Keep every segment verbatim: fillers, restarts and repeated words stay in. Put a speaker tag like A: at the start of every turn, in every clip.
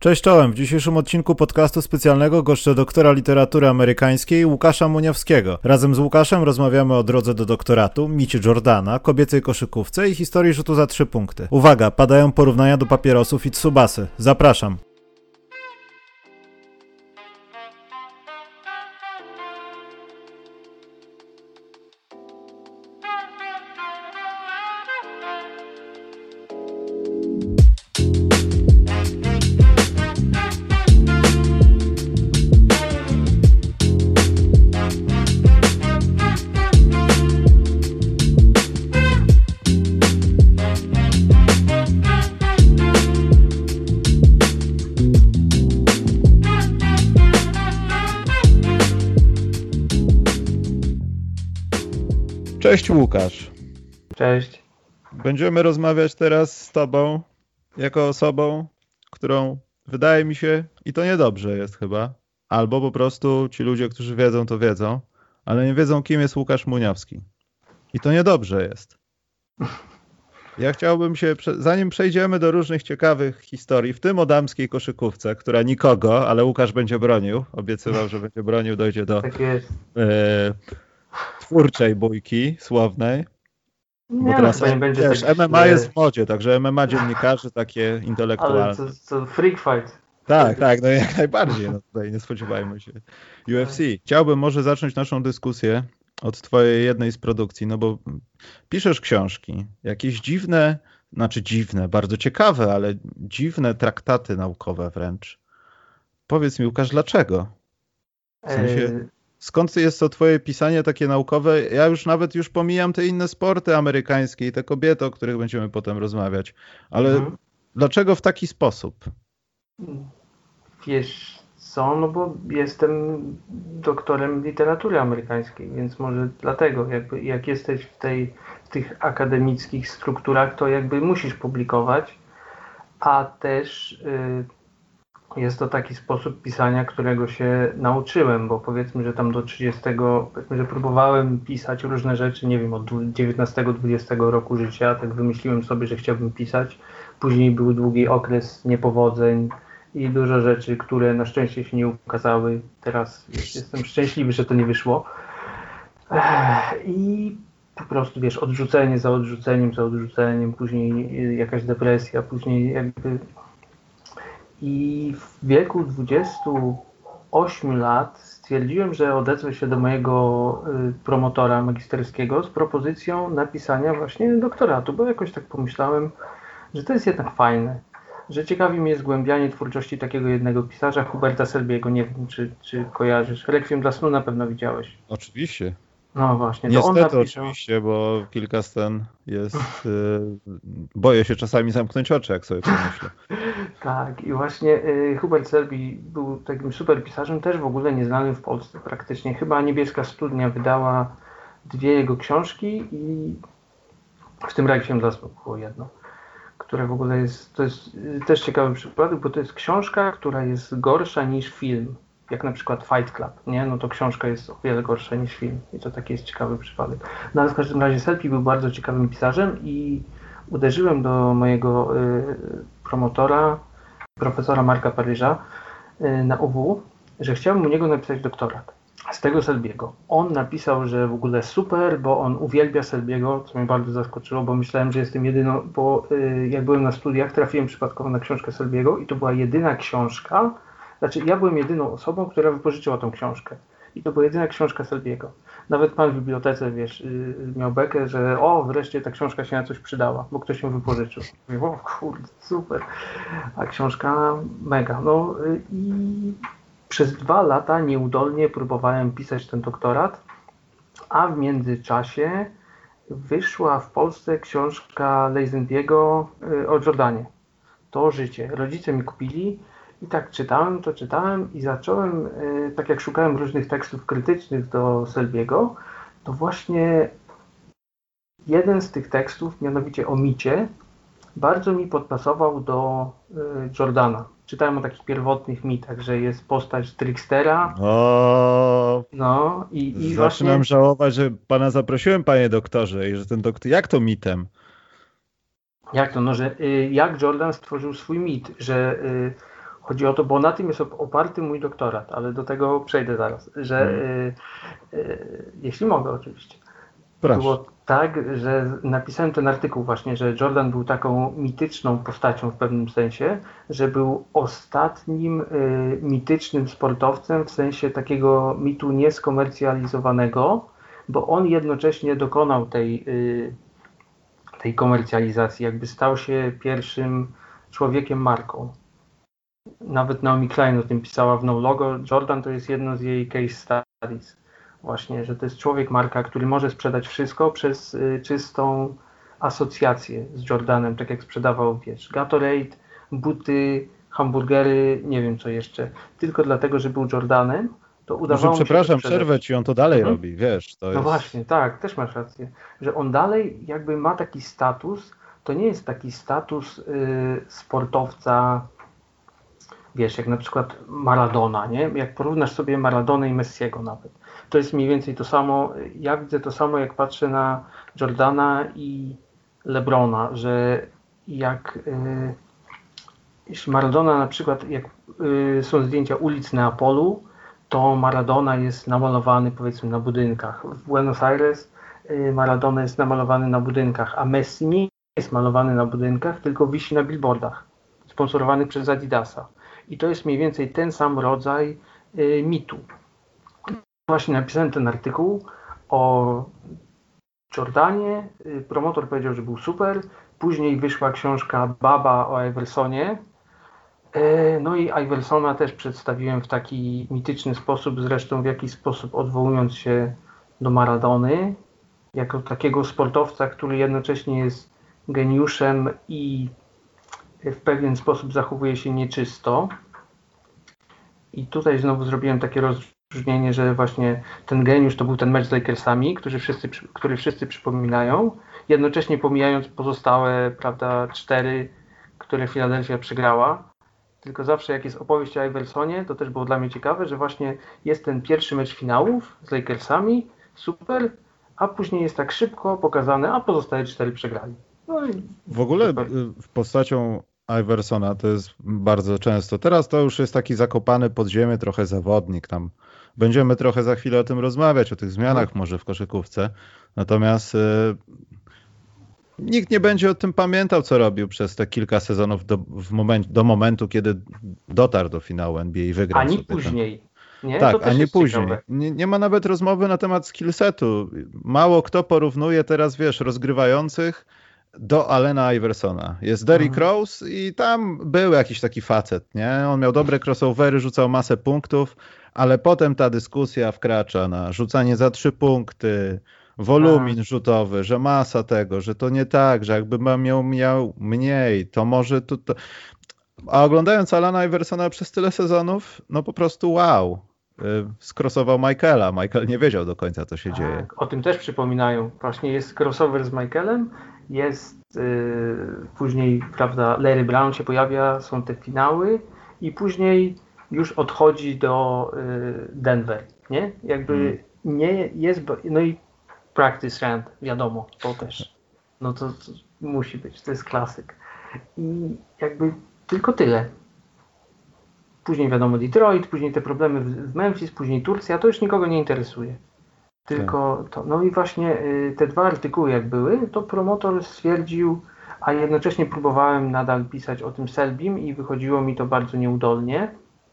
A: Cześć czołem, w dzisiejszym odcinku podcastu specjalnego goszczę doktora literatury amerykańskiej Łukasza Muniowskiego. Razem z Łukaszem rozmawiamy o drodze do doktoratu, micie Jordana, kobiecej koszykówce i historii rzutu za trzy punkty. Uwaga, padają porównania do papierosów i Tsubasy. Zapraszam. Cześć Łukasz.
B: Cześć.
A: Będziemy rozmawiać teraz z tobą jako osobą, którą wydaje mi się, i to niedobrze jest chyba, albo po prostu ci ludzie, którzy wiedzą, to wiedzą, ale nie wiedzą, kim jest Łukasz Muniowski. I to niedobrze jest. Ja chciałbym się, zanim przejdziemy do różnych ciekawych historii, w tym o damskiej koszykówce, która nikogo, ale Łukasz będzie bronił, obiecywał, że będzie bronił, dojdzie do
B: tak jest.
A: E, twórczej bójki słownej.
B: Nie,
A: bo teraz
B: no, nie będzie
A: wiesz,
B: tak,
A: M M A
B: że...
A: jest w modzie, także M M A dziennikarzy takie intelektualne.
B: Ale co, co freak fight.
A: Tak, tak, no jak najbardziej. No tutaj nie spodziewajmy się. U F C. Chciałbym może zacząć naszą dyskusję od twojej jednej z produkcji, no bo piszesz książki, jakieś dziwne, znaczy dziwne, bardzo ciekawe, ale dziwne traktaty naukowe wręcz. Powiedz mi, Łukasz, dlaczego? W sensie... Skąd jest to twoje pisanie takie naukowe? Ja już nawet już pomijam te inne sporty amerykańskie i te kobiety, o których będziemy potem rozmawiać. Ale mhm. dlaczego w taki sposób?
B: Wiesz co, no bo jestem doktorem literatury amerykańskiej, więc może dlatego, jakby jak jesteś w, tej, w tych akademickich strukturach, to jakby musisz publikować, a też... Yy, jest to taki sposób pisania, którego się nauczyłem, bo powiedzmy, że tam do trzydziestego, powiedzmy, że próbowałem pisać różne rzeczy, nie wiem, od dziewiętnastego dwudziestego roku życia, tak wymyśliłem sobie, że chciałbym pisać. Później był długi okres niepowodzeń i dużo rzeczy, które na szczęście się nie ukazały. Teraz jestem szczęśliwy, że to nie wyszło. I po prostu, wiesz, odrzucenie za odrzuceniem, za odrzuceniem, później jakaś depresja, później jakby... I w wieku dwudziestu ośmiu lat stwierdziłem, że odezwę się do mojego promotora magisterskiego z propozycją napisania właśnie doktoratu, bo jakoś tak pomyślałem, że to jest jednak fajne, że ciekawi mnie zgłębianie twórczości takiego jednego pisarza, Huberta Selby'ego. Nie wiem, czy, czy kojarzysz. Rekwiem dla snu na pewno widziałeś.
A: Oczywiście.
B: No właśnie, to
A: Niestety,
B: on napisał...
A: oczywiście, bo kilka scen jest... Yy, boję się czasami zamknąć oczy, jak sobie pomyślę.
B: Tak, i właśnie y, Hubert Selby był takim super pisarzem, też w ogóle nieznanym w Polsce praktycznie. Chyba Niebieska Studnia wydała dwie jego książki i w tym Rekwiem dla snu było jedno, które w ogóle jest... To jest y, też ciekawy przypadek, bo to jest książka, która jest gorsza niż film. Jak na przykład Fight Club, nie? No to książka jest o wiele gorsza niż film i to taki jest ciekawy przypadek. No ale w każdym razie Selby był bardzo ciekawym pisarzem i uderzyłem do mojego y, promotora, profesora Marka Paryża y, na U W, że chciałbym u niego napisać doktorat z tego Selby'ego. On napisał, że w ogóle super, bo on uwielbia Selby'ego, co mnie bardzo zaskoczyło, bo myślałem, że jestem jedyną, bo y, jak byłem na studiach, trafiłem przypadkowo na książkę Selby'ego i to była jedyna książka. Znaczy, ja byłem jedyną osobą, która wypożyczyła tą książkę. I to była jedyna książka Selby'ego. Nawet pan w bibliotece, wiesz, yy, miał bekę, że o, wreszcie ta książka się na coś przydała, bo ktoś ją wypożyczył. Mówię, o kurde, super. A książka mega. No yy, i przez dwa lata nieudolnie próbowałem pisać ten doktorat, a w międzyczasie wyszła w Polsce książka Lazenby'ego yy, o Jordanie. To życie. Rodzice mi kupili. I tak czytałem, to czytałem i zacząłem, yy, tak jak szukałem różnych tekstów krytycznych do Selby'ego, to właśnie jeden z tych tekstów, mianowicie o micie, bardzo mi podpasował do yy, Jordana. Czytałem o takich pierwotnych mitach, że jest postać trickstera.
A: O,
B: no i, i
A: zaczynam
B: właśnie...
A: żałować, że pana zaprosiłem, panie doktorze, i że ten doktor... Jak to mitem?
B: Jak to? No, że y, jak Jordan stworzył swój mit, że y, Chodzi o to, bo na tym jest oparty mój doktorat, ale do tego przejdę zaraz, że hmm. y, y, jeśli mogę oczywiście.
A: Proszę.
B: Było tak, że napisałem ten artykuł właśnie, że Jordan był taką mityczną postacią w pewnym sensie, że był ostatnim y, mitycznym sportowcem w sensie takiego mitu nieskomercjalizowanego, bo on jednocześnie dokonał tej, y, tej komercjalizacji, jakby stał się pierwszym człowiekiem marką. Nawet Naomi Klein o tym pisała w No Logo. Jordan to jest jedno z jej case studies. Właśnie, że to jest człowiek marka, który może sprzedać wszystko przez y, czystą asocjację z Jordanem, tak jak sprzedawał, wiesz, Gatorade, buty, hamburgery, nie wiem co jeszcze. Tylko dlatego, że był Jordanem, to udawało mu się.
A: Przepraszam, przerwę ci, on to dalej mhm. robi, wiesz. To
B: no
A: jest...
B: właśnie, tak, też masz rację. Że on dalej jakby ma taki status, to nie jest taki status y, sportowca, wiesz, jak na przykład Maradona, nie? Jak porównasz sobie Maradonę i Messiego nawet, to jest mniej więcej to samo, ja widzę to samo, jak patrzę na Jordana i LeBrona, że jak y, jeśli Maradona na przykład, jak y, są zdjęcia ulic Neapolu, to Maradona jest namalowany powiedzmy na budynkach. W Buenos Aires y, Maradona jest namalowany na budynkach, a Messi nie jest malowany na budynkach, tylko wisi na billboardach sponsorowanych przez Adidasa. I to jest mniej więcej ten sam rodzaj y, mitu. Właśnie napisałem ten artykuł o Jordanie. Y, promotor powiedział, że był super. Później wyszła książka Baba o Iversonie. Y, no i Iversona też przedstawiłem w taki mityczny sposób, zresztą w jakiś sposób odwołując się do Maradony, jako takiego sportowca, który jednocześnie jest geniuszem i w pewien sposób zachowuje się nieczysto. I tutaj znowu zrobiłem takie rozróżnienie, że właśnie ten geniusz to był ten mecz z Lakersami, który wszyscy, który wszyscy przypominają, jednocześnie pomijając pozostałe, prawda, cztery, które Philadelphia przegrała. Tylko zawsze jak jest opowieść o Iversonie, to też było dla mnie ciekawe, że właśnie jest ten pierwszy mecz finałów z Lakersami, super, a później jest tak szybko pokazane, a pozostałe cztery przegrali. No i
A: w ogóle super. W postacią Iversona to jest bardzo często. Teraz to już jest taki zakopany pod ziemię trochę zawodnik. Tam będziemy trochę za chwilę o tym rozmawiać, o tych zmianach no. może w koszykówce. Natomiast y, nikt nie będzie o tym pamiętał, co robił przez te kilka sezonów do, w moment, do momentu, kiedy dotarł do finału N B A i wygrał.
B: Ani później.
A: Ten...
B: Nie?
A: Tak, ani później. Nie, nie ma nawet rozmowy na temat skillsetu. Mało kto porównuje teraz, wiesz, rozgrywających do Allena Iversona. Jest Derrick mhm. Rose i tam był jakiś taki facet, nie? On miał dobre crossovery, rzucał masę punktów, ale potem ta dyskusja wkracza na rzucanie za trzy punkty, wolumin A. rzutowy, że masa tego, że to nie tak, że jakby miał, miał mniej, to może to, to... A oglądając Allena Iversona przez tyle sezonów, no po prostu wow. Skrosował Michaela. Michael nie wiedział do końca, co się
B: tak,
A: dzieje.
B: O tym też przypominają. Właśnie jest crossover z Michaelem, jest yy, później, prawda, Larry Brown się pojawia, są te finały i później już odchodzi do yy, Denver, nie? Jakby hmm. nie jest, no i practice round, wiadomo, to też. No to, to musi być, to jest klasyk. I jakby tylko tyle. Później wiadomo Detroit, później te problemy w Memphis, później Turcja, to już nikogo nie interesuje. Tylko to. No i właśnie y, te dwa artykuły jak były, to promotor stwierdził, a jednocześnie próbowałem nadal pisać o tym Selbim i wychodziło mi to bardzo nieudolnie.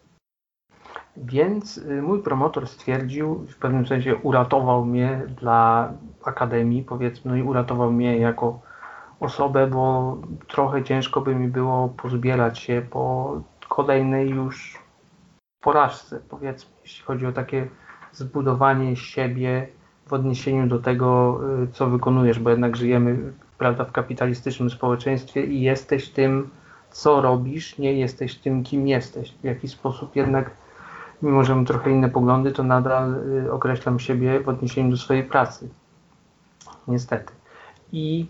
B: Więc y, mój promotor stwierdził, w pewnym sensie uratował mnie dla Akademii, powiedzmy, no i uratował mnie jako osobę, bo trochę ciężko by mi było pozbierać się po kolejnej już porażce, powiedzmy, jeśli chodzi o takie zbudowanie siebie w odniesieniu do tego, co wykonujesz, bo jednak żyjemy, prawda, w kapitalistycznym społeczeństwie i jesteś tym, co robisz, nie jesteś tym, kim jesteś. W jakiś sposób jednak, mimo że mam trochę inne poglądy, to nadal określam siebie w odniesieniu do swojej pracy. Niestety. I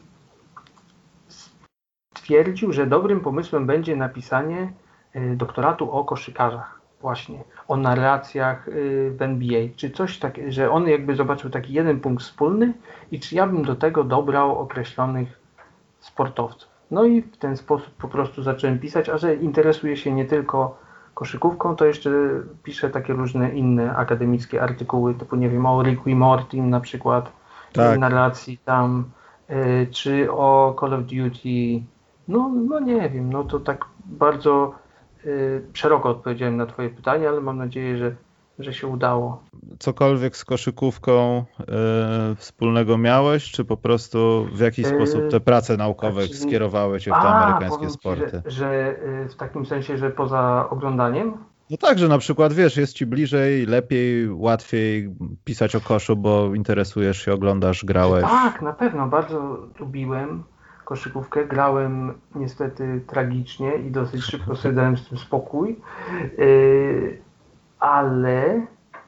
B: stwierdził, że dobrym pomysłem będzie napisanie doktoratu o koszykarzach. Właśnie, o narracjach w N B A, czy coś takiego, że on jakby zobaczył taki jeden punkt wspólny i czy ja bym do tego dobrał określonych sportowców. No i w ten sposób po prostu zacząłem pisać, a że interesuje się nie tylko koszykówką, to jeszcze piszę takie różne inne akademickie artykuły, typu nie wiem, o Ricku i Mortim na przykład, tak. narracji tam, y, czy o Call of Duty. No, no nie wiem, no to tak bardzo y, szeroko odpowiedziałem na twoje pytanie, ale mam nadzieję, że, że się udało.
A: Cokolwiek z koszykówką y, wspólnego miałeś, czy po prostu w jakiś y, sposób te prace naukowe znaczy, skierowały cię w te a, amerykańskie sporty?
B: Ci, że, że y, w takim sensie, że poza oglądaniem?
A: No tak, że na przykład wiesz, jest ci bliżej, lepiej, łatwiej pisać o koszu, bo interesujesz się, oglądasz, grałeś.
B: Tak, na pewno, bardzo lubiłem koszykówkę, grałem niestety tragicznie i dosyć szybko sobie dałem z tym spokój, yy, ale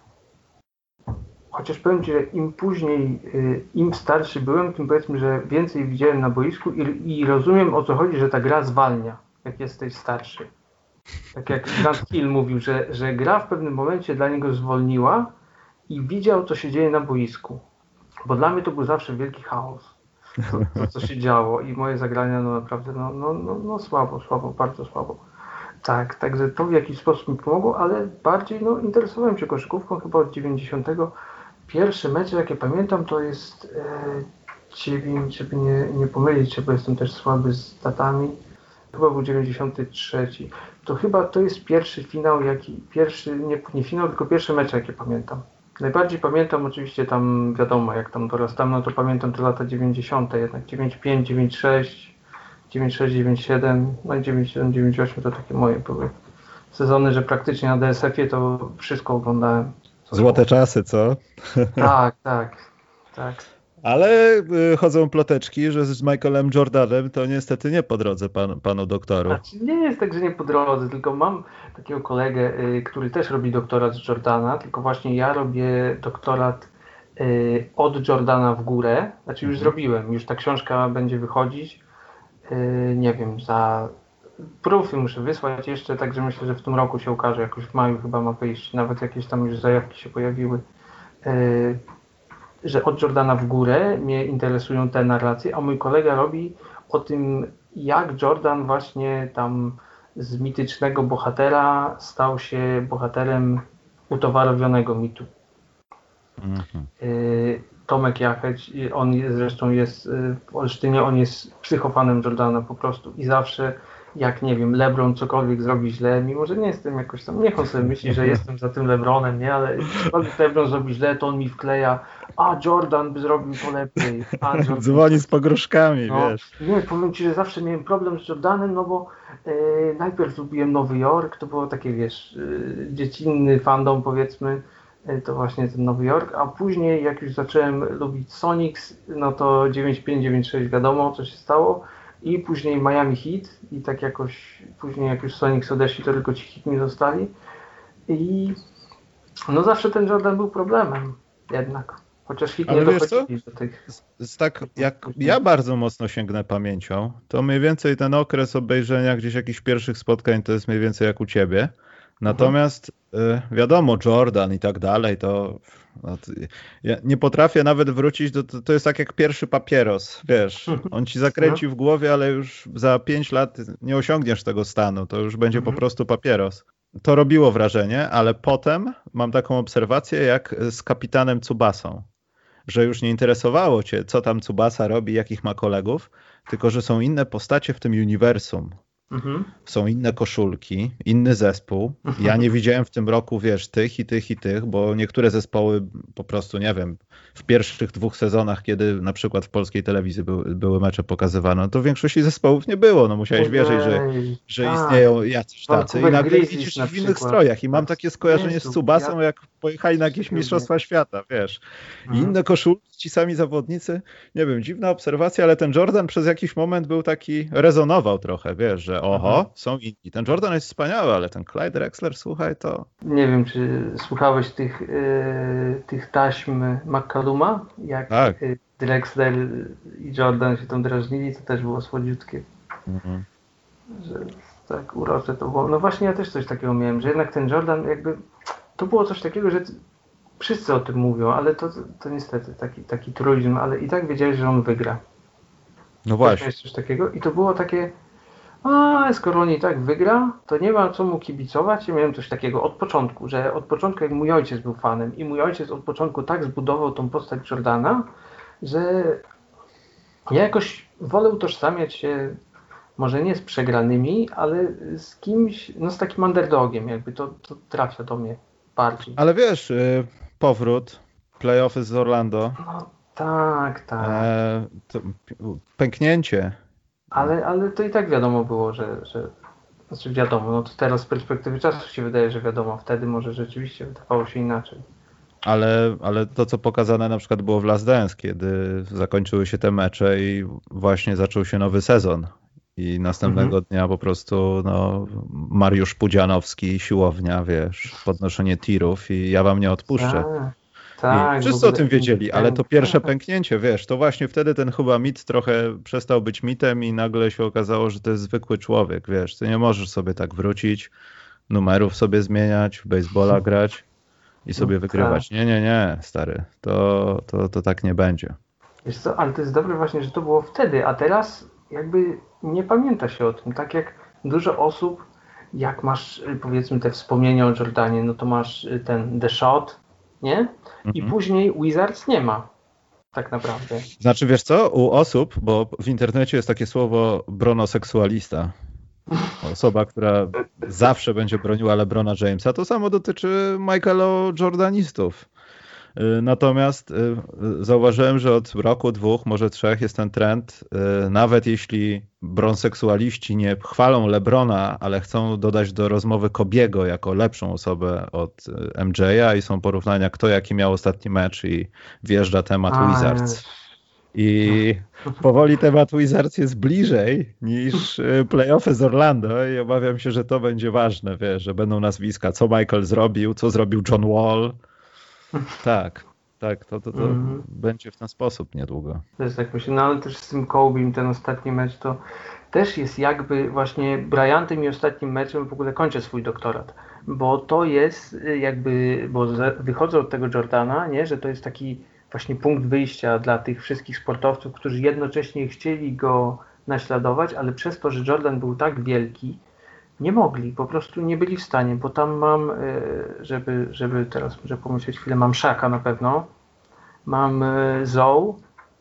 B: chociaż powiem ci, że im później, yy, im starszy byłem, tym powiedzmy, że więcej widziałem na boisku i, i rozumiem, o co chodzi, że ta gra zwalnia, jak jesteś starszy. Tak jak Grant Hill mówił, że, że gra w pewnym momencie dla niego zwolniła i widział, co się dzieje na boisku. Bo dla mnie to był zawsze wielki chaos. To, to co się działo i moje zagrania no naprawdę no, no, no, no słabo, słabo, bardzo słabo. Tak, także to w jakiś sposób mi pomogło, ale bardziej no, interesowałem się koszykówką chyba od dziewięćdziesiątego. Pierwsze mecze, jakie pamiętam, to jest e, dziewięć, żeby nie, nie pomylić się, bo jestem też słaby z datami. Chyba był dziewięćdziesiąty trzeci. To chyba to jest pierwszy finał, jaki, pierwszy, nie, nie finał, tylko pierwsze mecze, jakie pamiętam. Najbardziej pamiętam oczywiście tam, wiadomo, jak tam dorastam, no to pamiętam te lata dziewięćdziesiąte jednak, dziewięćdziesiąt pięć, dziewięćdziesiąt sześć, dziewięćdziesiąt sześć, dziewięćdziesiąt siedem, no i dziewięćdziesiąt siedem, dziewięćdziesiąt osiem to takie moje były sezony, że praktycznie na D S F-ie to wszystko oglądałem.
A: Złote czasy, co?
B: Tak, tak, tak.
A: Ale chodzą ploteczki, że z Michaelem Jordanem to niestety nie po drodze pan, panu doktoru.
B: Znaczy, nie jest tak, że nie po drodze, tylko mam takiego kolegę, y, który też robi doktorat z Jordana, tylko właśnie ja robię doktorat y, od Jordana w górę, znaczy już mhm. zrobiłem, już ta książka będzie wychodzić, y, nie wiem, za prófy muszę wysłać jeszcze, także myślę, że w tym roku się ukaże, jakoś w maju chyba ma wyjść, nawet jakieś tam już zajawki się pojawiły. Y, że od Jordana w górę mnie interesują te narracje, a mój kolega robi o tym, jak Jordan właśnie tam z mitycznego bohatera stał się bohaterem utowarowionego mitu. Mhm. Tomek Jacheć, on jest, zresztą jest w Olsztynie, on jest psychofanem Jordana po prostu i zawsze jak, nie wiem, LeBron cokolwiek zrobi źle, mimo że nie jestem jakoś tam, niech on sobie myśli, że jestem za tym LeBronem, nie, ale cokolwiek LeBron zrobi źle, to on mi wkleja, a Jordan by zrobił to lepiej. A Jordan...
A: Dzwoni z pogróżkami, no, wiesz.
B: Nie, powiem ci, że zawsze miałem problem z Jordanem, no bo e, najpierw lubiłem Nowy Jork, to było takie, wiesz, e, dziecinny fandom, powiedzmy, e, to właśnie ten Nowy Jork, a później jak już zacząłem lubić Sonics, no to dziewięćdziesiąt pięć dziewięćdziesiąt sześć wiadomo, co się stało. I później Miami Heat i tak jakoś, później jak już Sonics odeszli, to tylko ci Heat mi zostali. I no zawsze ten Jordan był problemem jednak. Chociaż Heat nie dochodzili do tych...
A: Z, z tak, jak ja bardzo mocno sięgnę pamięcią, to mniej więcej ten okres obejrzenia gdzieś jakichś pierwszych spotkań to jest mniej więcej jak u ciebie. Natomiast mhm. y, wiadomo, Jordan i tak dalej, to... No to ja nie potrafię nawet wrócić, do, to, to jest tak jak pierwszy papieros, wiesz, on ci zakręci w głowie, ale już za pięć lat nie osiągniesz tego stanu, to już będzie mhm. po prostu papieros. To robiło wrażenie, ale potem mam taką obserwację jak z kapitanem Tsubasą, że już nie interesowało cię, co tam Tsubasa robi, jakich ma kolegów, tylko że są inne postacie w tym uniwersum. Mhm. Są inne koszulki, inny zespół. Mhm. Ja nie widziałem w tym roku, wiesz, tych i tych i tych, bo niektóre zespoły po prostu, nie wiem, w pierwszych dwóch sezonach, kiedy na przykład w polskiej telewizji były, były mecze pokazywane, to w większości zespołów nie było. No musiałeś wierzyć, że, że istnieją jacyś tacy i nagle widzisz ich w innych strojach i mam takie skojarzenie z Tsubasą, jak pojechali na jakieś mistrzostwa świata, wiesz. I inne koszulki, ci sami zawodnicy, nie wiem, dziwna obserwacja, ale ten Jordan przez jakiś moment był taki, rezonował trochę, wiesz, że oho, mhm. są inni. Ten Jordan jest wspaniały, ale ten Clyde Drexler, słuchaj, to...
B: Nie wiem, czy słuchałeś tych, yy, tych taśm McCalluma, jak tak. Drexler i Jordan się tam drażnili, to też było słodziutkie. Mhm. Że tak urocze to było. No właśnie ja też coś takiego miałem, że jednak ten Jordan jakby, to było coś takiego, że wszyscy o tym mówią, ale to, to niestety taki, taki truizm, ale i tak wiedziałeś, że on wygra.
A: No właśnie.
B: Jest coś takiego i to było takie, a skoro on i tak wygra, to nie ma co mu kibicować. Ja miałem coś takiego od początku, że od początku jak mój ojciec był fanem i mój ojciec od początku tak zbudował tą postać Jordana, że ja jakoś wolę utożsamiać się może nie z przegranymi, ale z kimś, no z takim underdogiem, jakby to, to trafia do mnie bardziej.
A: Ale wiesz, powrót, playoffy z Orlando.
B: No tak, tak.
A: E, to pęknięcie.
B: Ale, ale to i tak wiadomo było, że, że znaczy wiadomo, no to teraz z perspektywy czasu się wydaje, że wiadomo, wtedy może rzeczywiście wydawało się inaczej.
A: Ale, ale to, co pokazane na przykład było w Last Dance, kiedy zakończyły się te mecze i właśnie zaczął się nowy sezon. I następnego mhm. dnia po prostu no, Mariusz Pudzianowski, siłownia, wiesz, podnoszenie tirów i ja wam nie odpuszczę.
B: Tak, tak,
A: I wszyscy o tym wiedzieli, ale to pierwsze pęknięcie, wiesz, to właśnie wtedy ten chyba mit trochę przestał być mitem i nagle się okazało, że to jest zwykły człowiek, wiesz, ty nie możesz sobie tak wrócić, numerów sobie zmieniać, w baseballa grać i sobie wygrywać. Nie, nie, nie, stary, to, to, to tak nie będzie.
B: Wiesz co, ale to jest dobre właśnie, że to było wtedy, a teraz jakby nie pamięta się o tym. Tak jak dużo osób, jak masz powiedzmy te wspomnienia o Jordanie, no to masz ten The Shot, nie? I mhm. później Wizards nie ma. Tak naprawdę.
A: Znaczy wiesz co, u osób, bo w internecie jest takie słowo bronoseksualista. Osoba, która zawsze będzie broniła LeBrona Jamesa. To samo dotyczy Michaelo Jordanistów. Natomiast zauważyłem, że od roku, dwóch, może trzech jest ten trend, nawet jeśli bronseksualiści nie chwalą LeBrona, ale chcą dodać do rozmowy Kobiego jako lepszą osobę od M J a i są porównania, kto jaki miał ostatni mecz i wjeżdża temat A, Wizards. I powoli temat Wizards jest bliżej niż playoffy z Orlando i obawiam się, że to będzie ważne, wiesz, że będą nazwiska, co Michael zrobił, co zrobił John Wall. Tak, tak, to, to, to mm. będzie w ten sposób niedługo.
B: Też tak myślę, no ale też z tym Kobe'em ten ostatni mecz to też jest jakby właśnie Bryantem i ostatnim meczem w ogóle kończę swój doktorat, bo to jest jakby, bo wychodzę od tego Jordana, nie, że to jest taki właśnie punkt wyjścia dla tych wszystkich sportowców, którzy jednocześnie chcieli go naśladować, ale przez to, że Jordan był tak wielki, nie mogli, po prostu nie byli w stanie, bo tam mam, żeby, żeby teraz muszę pomyśleć chwilę, mam Shaka na pewno, mam Zoe,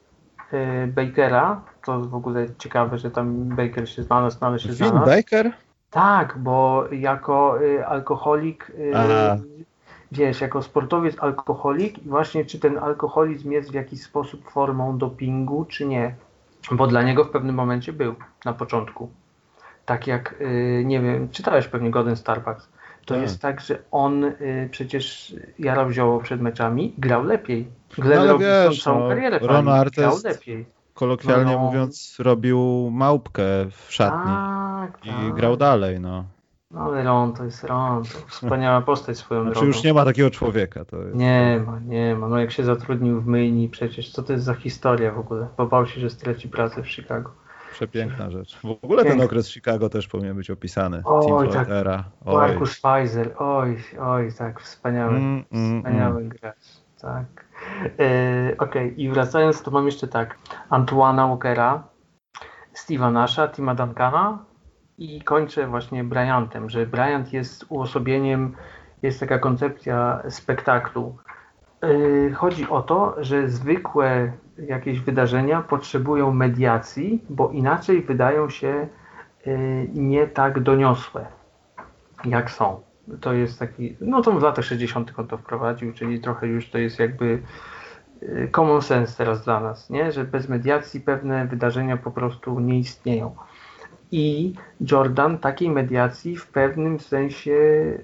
B: Bakera, to w ogóle ciekawe, że tam Baker się znalazł, no ale się
A: Vin
B: znalazł.
A: Baker?
B: Tak, bo jako alkoholik, Aha. wiesz, jako sportowiec alkoholik i właśnie czy ten alkoholizm jest w jakiś sposób formą dopingu, czy nie, bo dla niego w pewnym momencie był, na początku. Tak jak, nie wiem, czytałeś pewnie Golden Starbucks. To tak. jest tak, że on y, przecież jarał zioło przed meczami i grał lepiej. Glenn
A: no,
B: Robinson całą
A: no,
B: karierę
A: Ron Artest,
B: grał lepiej.
A: Kolokwialnie no, no. mówiąc, robił małpkę w szatni
B: tak,
A: i
B: tak.
A: grał dalej. No,
B: no ale Ron to jest Ron. To wspaniała postać swoją
A: znaczy,
B: drogą.
A: już nie ma takiego człowieka. To jest...
B: Nie ma, nie ma. No jak się zatrudnił w myjni przecież, co to jest za historia w ogóle? Bał się, że straci pracę w Chicago.
A: Przepiękna rzecz. W ogóle Piękny. Ten okres Chicago też powinien być opisany.
B: Oj,
A: Team
B: tak. Marcus Pfizer. Oj, oj, tak, wspaniały, mm, mm, wspaniały mm. gracz. Tak. E, Okej, okay. I wracając, to mam jeszcze tak. Antoana Walkera, Steve'a Nasha, Tima Duncana i kończę właśnie Bryantem, że Bryant jest uosobieniem, jest taka koncepcja spektaklu. E, chodzi o to, że zwykłe jakieś wydarzenia potrzebują mediacji, bo inaczej wydają się y, nie tak doniosłe, jak są. To jest taki, no to w latach sześćdziesiątych on to wprowadził, czyli trochę już to jest jakby y, common sense teraz dla nas, nie? Że bez mediacji pewne wydarzenia po prostu nie istnieją. I Jordan takiej mediacji w pewnym sensie,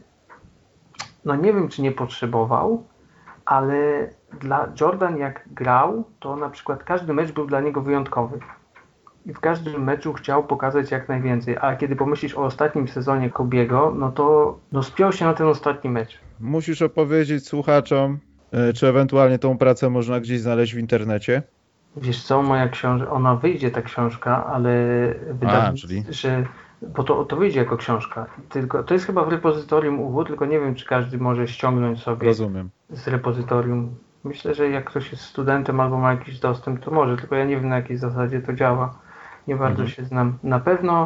B: no nie wiem, czy nie potrzebował, ale dla Jordan jak grał, to na przykład każdy mecz był dla niego wyjątkowy. I w każdym meczu chciał pokazać jak najwięcej. A kiedy pomyślisz o ostatnim sezonie Kobiego, no to no spiął się na ten ostatni mecz.
A: Musisz opowiedzieć słuchaczom, czy ewentualnie tą pracę można gdzieś znaleźć w internecie?
B: Wiesz co, moja książka, ona wyjdzie ta książka, ale wydaje mi się, że bo to, to wyjdzie jako książka. Tylko, to jest chyba w repozytorium U W, tylko nie wiem, czy każdy może ściągnąć sobie
A: Rozumiem.
B: z repozytorium. Myślę, że jak ktoś jest studentem albo ma jakiś dostęp, to może, tylko ja nie wiem, na jakiej zasadzie to działa. Nie bardzo mhm. się znam. Na pewno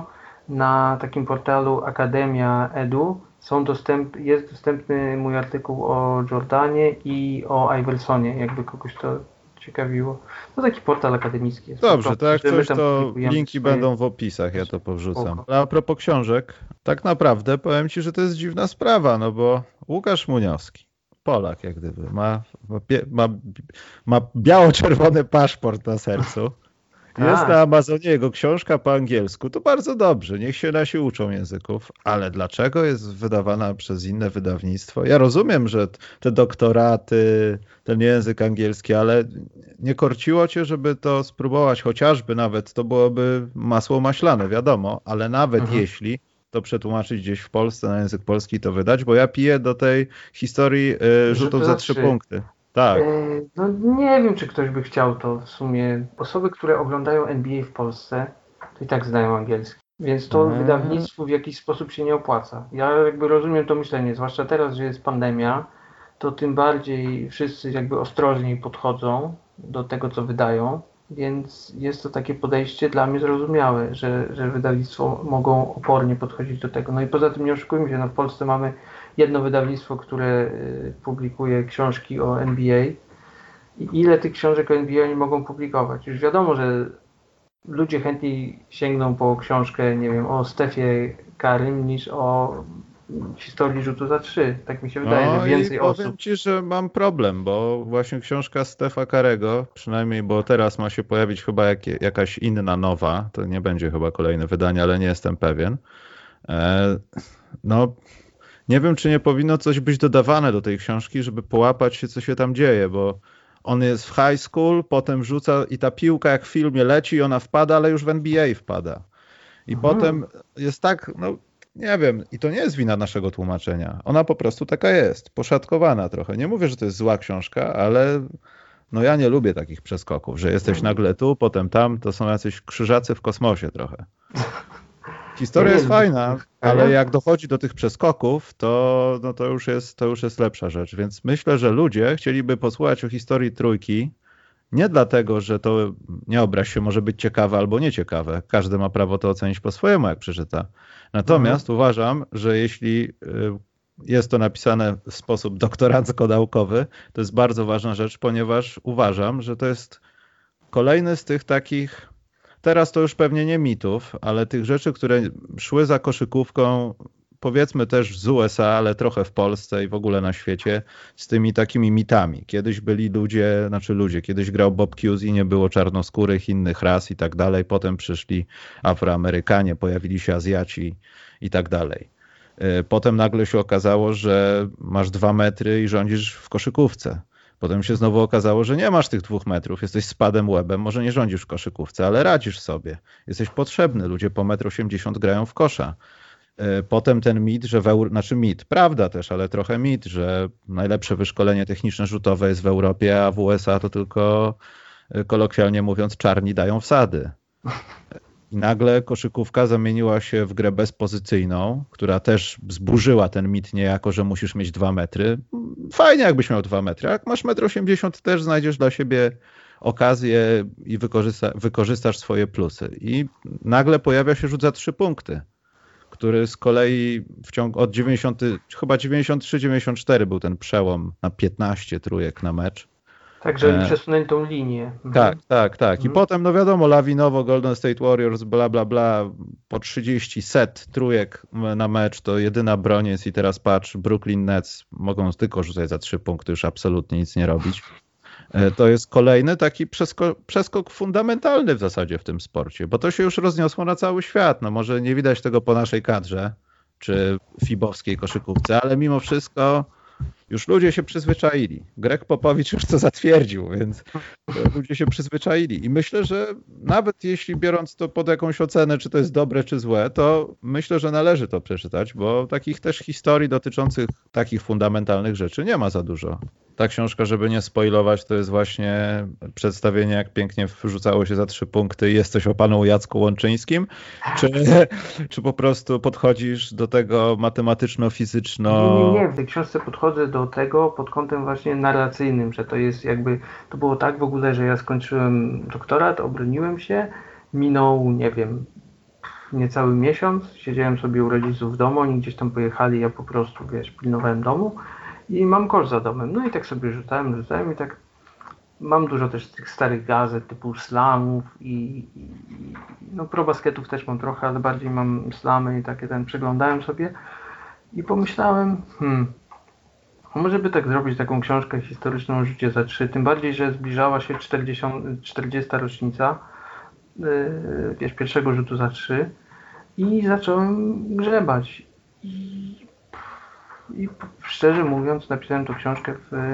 B: na takim portalu Akademia Edu są dostęp, jest dostępny mój artykuł o Jordanie i o Iversonie, jakby kogoś to ciekawiło. To taki portal akademicki jest.
A: Dobrze, to jak coś, to
B: publikujemy
A: linki
B: swoje...
A: będą w opisach, ja to powrzucam.
B: Spoko.
A: A propos książek, tak naprawdę powiem ci, że to jest dziwna sprawa, no bo Łukasz Muniowski, Polak jak gdyby, ma, ma, bie- ma, ma biało-czerwony paszport na sercu. Jest
B: Tak.
A: na Amazonie jego książka po angielsku, to bardzo dobrze, niech się nasi uczą języków, ale dlaczego jest wydawana przez inne wydawnictwo? Ja rozumiem, że t- te doktoraty, ten język angielski, ale nie korciło cię, żeby to spróbować, chociażby nawet, to byłoby masło maślane, wiadomo, ale nawet
B: Mhm.
A: jeśli to przetłumaczyć gdzieś w Polsce na język polski, to wydać, bo ja piję do tej historii y, rzutów za trzy punkty. Tak.
B: E, No nie wiem, czy ktoś by chciał to w sumie. Osoby, które oglądają N B A w Polsce, to i tak znają angielski. Więc to
A: Eee.
B: wydawnictwu w jakiś sposób się nie opłaca. Ja jakby rozumiem to myślenie, zwłaszcza teraz, że jest pandemia, to tym bardziej wszyscy jakby ostrożniej podchodzą do tego, co wydają. Więc jest to takie podejście dla mnie zrozumiałe, że, że wydawnictwo mogą opornie podchodzić do tego. No i poza tym nie oszukujmy się, no w Polsce mamy jedno wydawnictwo, które y, publikuje książki o N B A. I ile tych książek o N B A oni mogą publikować? Już wiadomo, że ludzie chętniej sięgną po książkę, nie wiem, o Stefie Karym niż o historii rzutu za trzy. Tak mi się wydaje,
A: No
B: że więcej
A: i powiem
B: osób.
A: ci, że mam problem, bo właśnie książka Stefa Karego, przynajmniej, bo teraz ma się pojawić chyba jak, jakaś inna nowa, to nie będzie chyba kolejne wydanie, ale nie jestem pewien. E, no, nie wiem, czy nie powinno coś być dodawane do tej książki, żeby połapać się, co się tam dzieje, bo on jest w high school, potem rzuca i ta piłka jak w filmie leci i ona wpada, ale już w N B A wpada. I
B: Mhm.
A: potem jest tak, no nie wiem, i to nie jest wina naszego tłumaczenia. Ona po prostu taka jest, poszatkowana trochę. Nie mówię, że to jest zła książka, ale no ja nie lubię takich przeskoków, że jesteś nagle tu, potem tam, to są jacyś krzyżacy w kosmosie trochę. Historia
B: Ja nie
A: jest
B: lubię
A: fajna,
B: tych-
A: ale
B: ale-
A: jak dochodzi do tych przeskoków, to, no to, już jest, to już jest lepsza rzecz. Więc myślę, że ludzie chcieliby posłuchać o historii trójki, nie dlatego, że to, nie obraź się, może być ciekawe albo nieciekawe. Każdy ma prawo to ocenić po swojemu, jak przeczyta. Natomiast
B: Mhm.
A: uważam, że jeśli y, jest to napisane w sposób doktorancko-naukowy, to jest bardzo ważna rzecz, ponieważ uważam, że to jest kolejny z tych takich, teraz to już pewnie nie mitów, ale tych rzeczy, które szły za koszykówką, powiedzmy też z U S A, ale trochę w Polsce i w ogóle na świecie, z tymi takimi mitami. Kiedyś byli ludzie, znaczy ludzie, kiedyś grał Bob Cousy i nie było czarnoskórych, innych ras i tak dalej. Potem przyszli Afroamerykanie, pojawili się Azjaci i tak dalej. Potem nagle się okazało, że masz dwa metry i rządzisz w koszykówce. Potem się znowu okazało, że nie masz tych dwóch metrów, jesteś spadem łebem, może nie rządzisz w koszykówce, ale radzisz sobie. Jesteś potrzebny, ludzie po metr osiemdziesiąt grają w kosza. Potem ten mit, że w Euro... znaczy mit, prawda też, ale trochę mit, że najlepsze wyszkolenie techniczne rzutowe jest w Europie, a w U S A to tylko, kolokwialnie mówiąc, czarni dają wsady. I nagle koszykówka zamieniła się w grę bezpozycyjną, która też zburzyła ten mit niejako, że musisz mieć dwa metry. Fajnie jakbyś miał dwa metry, a jak masz metr osiemdziesiąt też znajdziesz dla siebie okazję i wykorzysta, wykorzystasz swoje plusy. I nagle pojawia się rzut za trzy punkty, który z kolei w ciągu od dziewięćdziesiątego, chyba dziewięćdziesiąt trzy dziewięćdziesiąt cztery był ten przełom na piętnaście trójek na mecz.
B: Tak, żeby
A: E...
B: przesunęli tą linię. Mhm.
A: Tak, tak, tak. I
B: Mhm.
A: potem, no wiadomo, lawinowo Golden State Warriors, bla, bla, bla, po trzydzieści set trójek na mecz, to jedyna broń jest i teraz patrz, Brooklyn Nets mogą tylko rzucać za trzy punkty, już absolutnie nic nie robić. To jest kolejny taki przesko- przeskok fundamentalny w zasadzie w tym sporcie, bo to się już rozniosło na cały świat. No może nie widać tego po naszej kadrze, czy fibowskiej koszykówce, ale mimo wszystko już ludzie się przyzwyczaili. Greg Popowicz już to zatwierdził, więc ludzie się przyzwyczaili. I myślę, że nawet jeśli biorąc to pod jakąś ocenę, czy to jest dobre, czy złe, to myślę, że należy to przeczytać, bo takich też historii dotyczących takich fundamentalnych rzeczy nie ma za dużo. Ta książka, żeby nie spoilować, to jest właśnie przedstawienie, jak pięknie wrzucało się za trzy punkty i jest coś o panu Jacku Łączyńskim, czy, czy po prostu podchodzisz do tego matematyczno-fizyczno...
B: Nie, nie, nie. W tej książce podchodzę do tego pod kątem właśnie narracyjnym, że to jest jakby, to było tak w ogóle, że ja skończyłem doktorat, obroniłem się, minął, nie wiem, niecały miesiąc. Siedziałem sobie u rodziców w domu, oni gdzieś tam pojechali, ja po prostu, wiesz, pilnowałem domu i mam kosz za domem. No i tak sobie rzucałem, rzucałem i tak mam dużo też tych starych gazet typu slamów i, i no probasketów też mam trochę, ale bardziej mam slamy i takie ten, przeglądałem sobie i pomyślałem, hmm, może by tak zrobić taką książkę historyczną o rzucie za trzy, tym bardziej, że zbliżała się czterdziesta rocznica yy, wiesz, pierwszego rzutu za trzy i zacząłem grzebać i, i szczerze mówiąc napisałem tą książkę w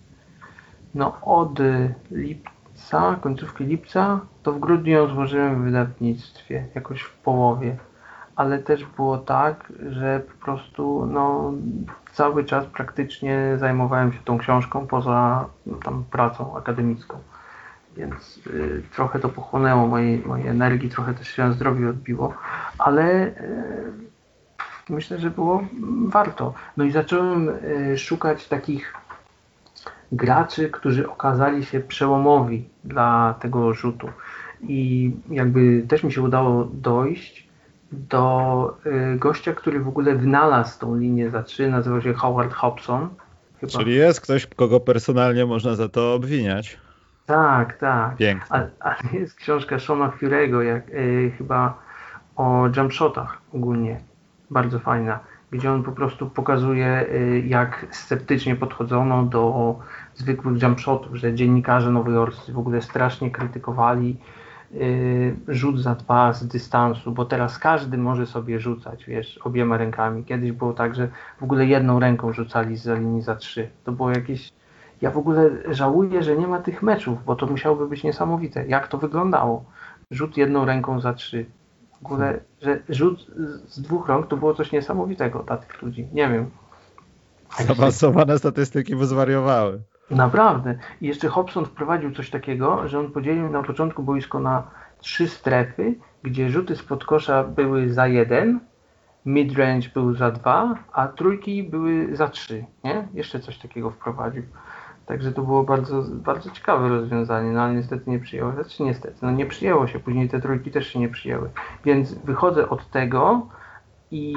B: no od lipca, końcówki lipca, to w grudniu ją złożyłem w wydawnictwie, jakoś w połowie. Ale też było tak, że po prostu no, cały czas praktycznie zajmowałem się tą książką poza no, tam pracą akademicką. Więc y, trochę to pochłonęło mojej, mojej energii, trochę też się na zdrowiu odbiło, ale y, myślę, że było warto. No i zacząłem y, szukać takich graczy, którzy okazali się przełomowi dla tego rzutu. I jakby też mi się udało dojść do y, gościa, który w ogóle wynalazł tą linię za trzy, nazywał się Howard Hobson. Chyba.
A: Czyli jest ktoś, kogo personalnie można za to obwiniać.
B: Tak, tak.
A: Pięknie.
B: Ale, ale jest książka Shona Fury'ego, jak y, chyba o jump shotach ogólnie. Bardzo fajna. Gdzie on po prostu pokazuje, y, jak sceptycznie podchodzono do zwykłych jump shotów, że dziennikarze nowojorscy w ogóle strasznie krytykowali y, rzut za dwa z dystansu, bo teraz każdy może sobie rzucać, wiesz, obiema rękami. Kiedyś było tak, że w ogóle jedną ręką rzucali z linii za trzy. To było jakieś... Ja w ogóle żałuję, że nie ma tych meczów, bo to musiałoby być niesamowite. Jak to wyglądało? Rzut jedną ręką za trzy. W ogóle, że rzut z dwóch rąk to było coś niesamowitego dla tych ludzi. Nie wiem.
A: Zaawansowane statystyki by zwariowały.
B: Naprawdę. I jeszcze Hobson wprowadził coś takiego, że on podzielił na początku boisko na trzy strefy, gdzie rzuty spod kosza były za jeden, midrange był za dwa, a trójki były za trzy. Nie? Jeszcze coś takiego wprowadził. Także to było bardzo, bardzo ciekawe rozwiązanie, no ale niestety nie przyjęło. Znaczy niestety, no nie przyjęło się, później te trójki też się nie przyjęły. Więc wychodzę od tego i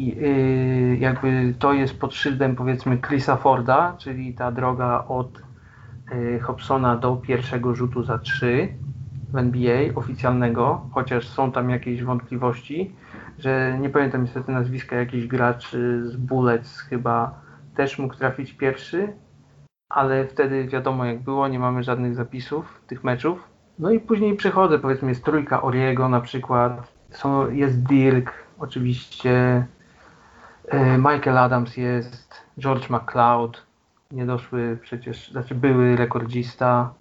B: yy, jakby to jest pod szyldem powiedzmy Chrisa Forda, czyli ta droga od yy, Hobsona do pierwszego rzutu za trzy w N B A oficjalnego, chociaż są tam jakieś wątpliwości, że nie pamiętam niestety nazwiska, jakiś gracz z Bullets chyba też mógł trafić pierwszy. Ale wtedy wiadomo jak było, nie mamy żadnych zapisów tych meczów. No i później przechodzę, powiedzmy jest trójka Oriego na przykład, są, jest Dirk oczywiście, e, Michael Adams jest, George McCloud, niedoszły przecież, znaczy były rekordzista,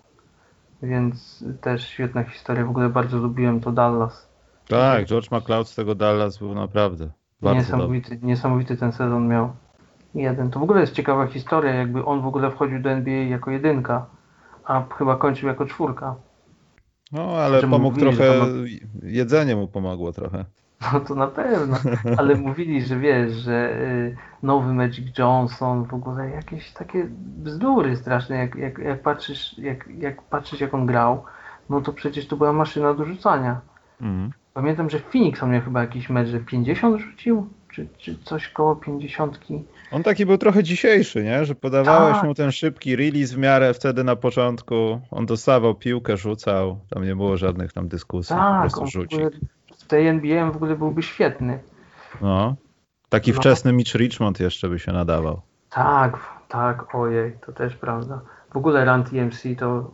B: więc też świetna historia, w ogóle bardzo lubiłem to Dallas.
A: Tak, George McCloud z tego Dallas był naprawdę bardzo
B: niesamowity,
A: dobry.
B: Niesamowity ten sezon miał. Jeden. To w ogóle jest ciekawa historia, jakby on w ogóle wchodził do N B A jako jedynka, a chyba kończył jako czwórka.
A: No, ale
B: Że
A: pomógł
B: mówili,
A: trochę,
B: że ma...
A: jedzenie mu pomogło trochę.
B: No to na pewno, ale mówili, że wiesz, że y, nowy Magic Johnson, w ogóle jakieś takie bzdury straszne, jak, jak, jak, patrzysz, jak, jak patrzysz jak on grał, no to przecież to była maszyna do rzucania. Mhm. Pamiętam, że w Phoenix on miał chyba jakiś mecz, że pięćdziesiąt rzucił, czy, czy coś koło pięćdziesiątki.
A: On taki był trochę dzisiejszy, nie? Że podawałeś
B: tak.
A: mu ten szybki release w miarę wtedy na początku. On dostawał piłkę, rzucał. Tam nie było żadnych tam dyskusji.
B: Tak,
A: po prostu rzuci.
B: W tej N B A w ogóle byłby świetny.
A: No. Taki
B: no.
A: wczesny Mitch Richmond jeszcze by się nadawał.
B: Tak, tak, ojej, to też prawda. W ogóle Run T M C to...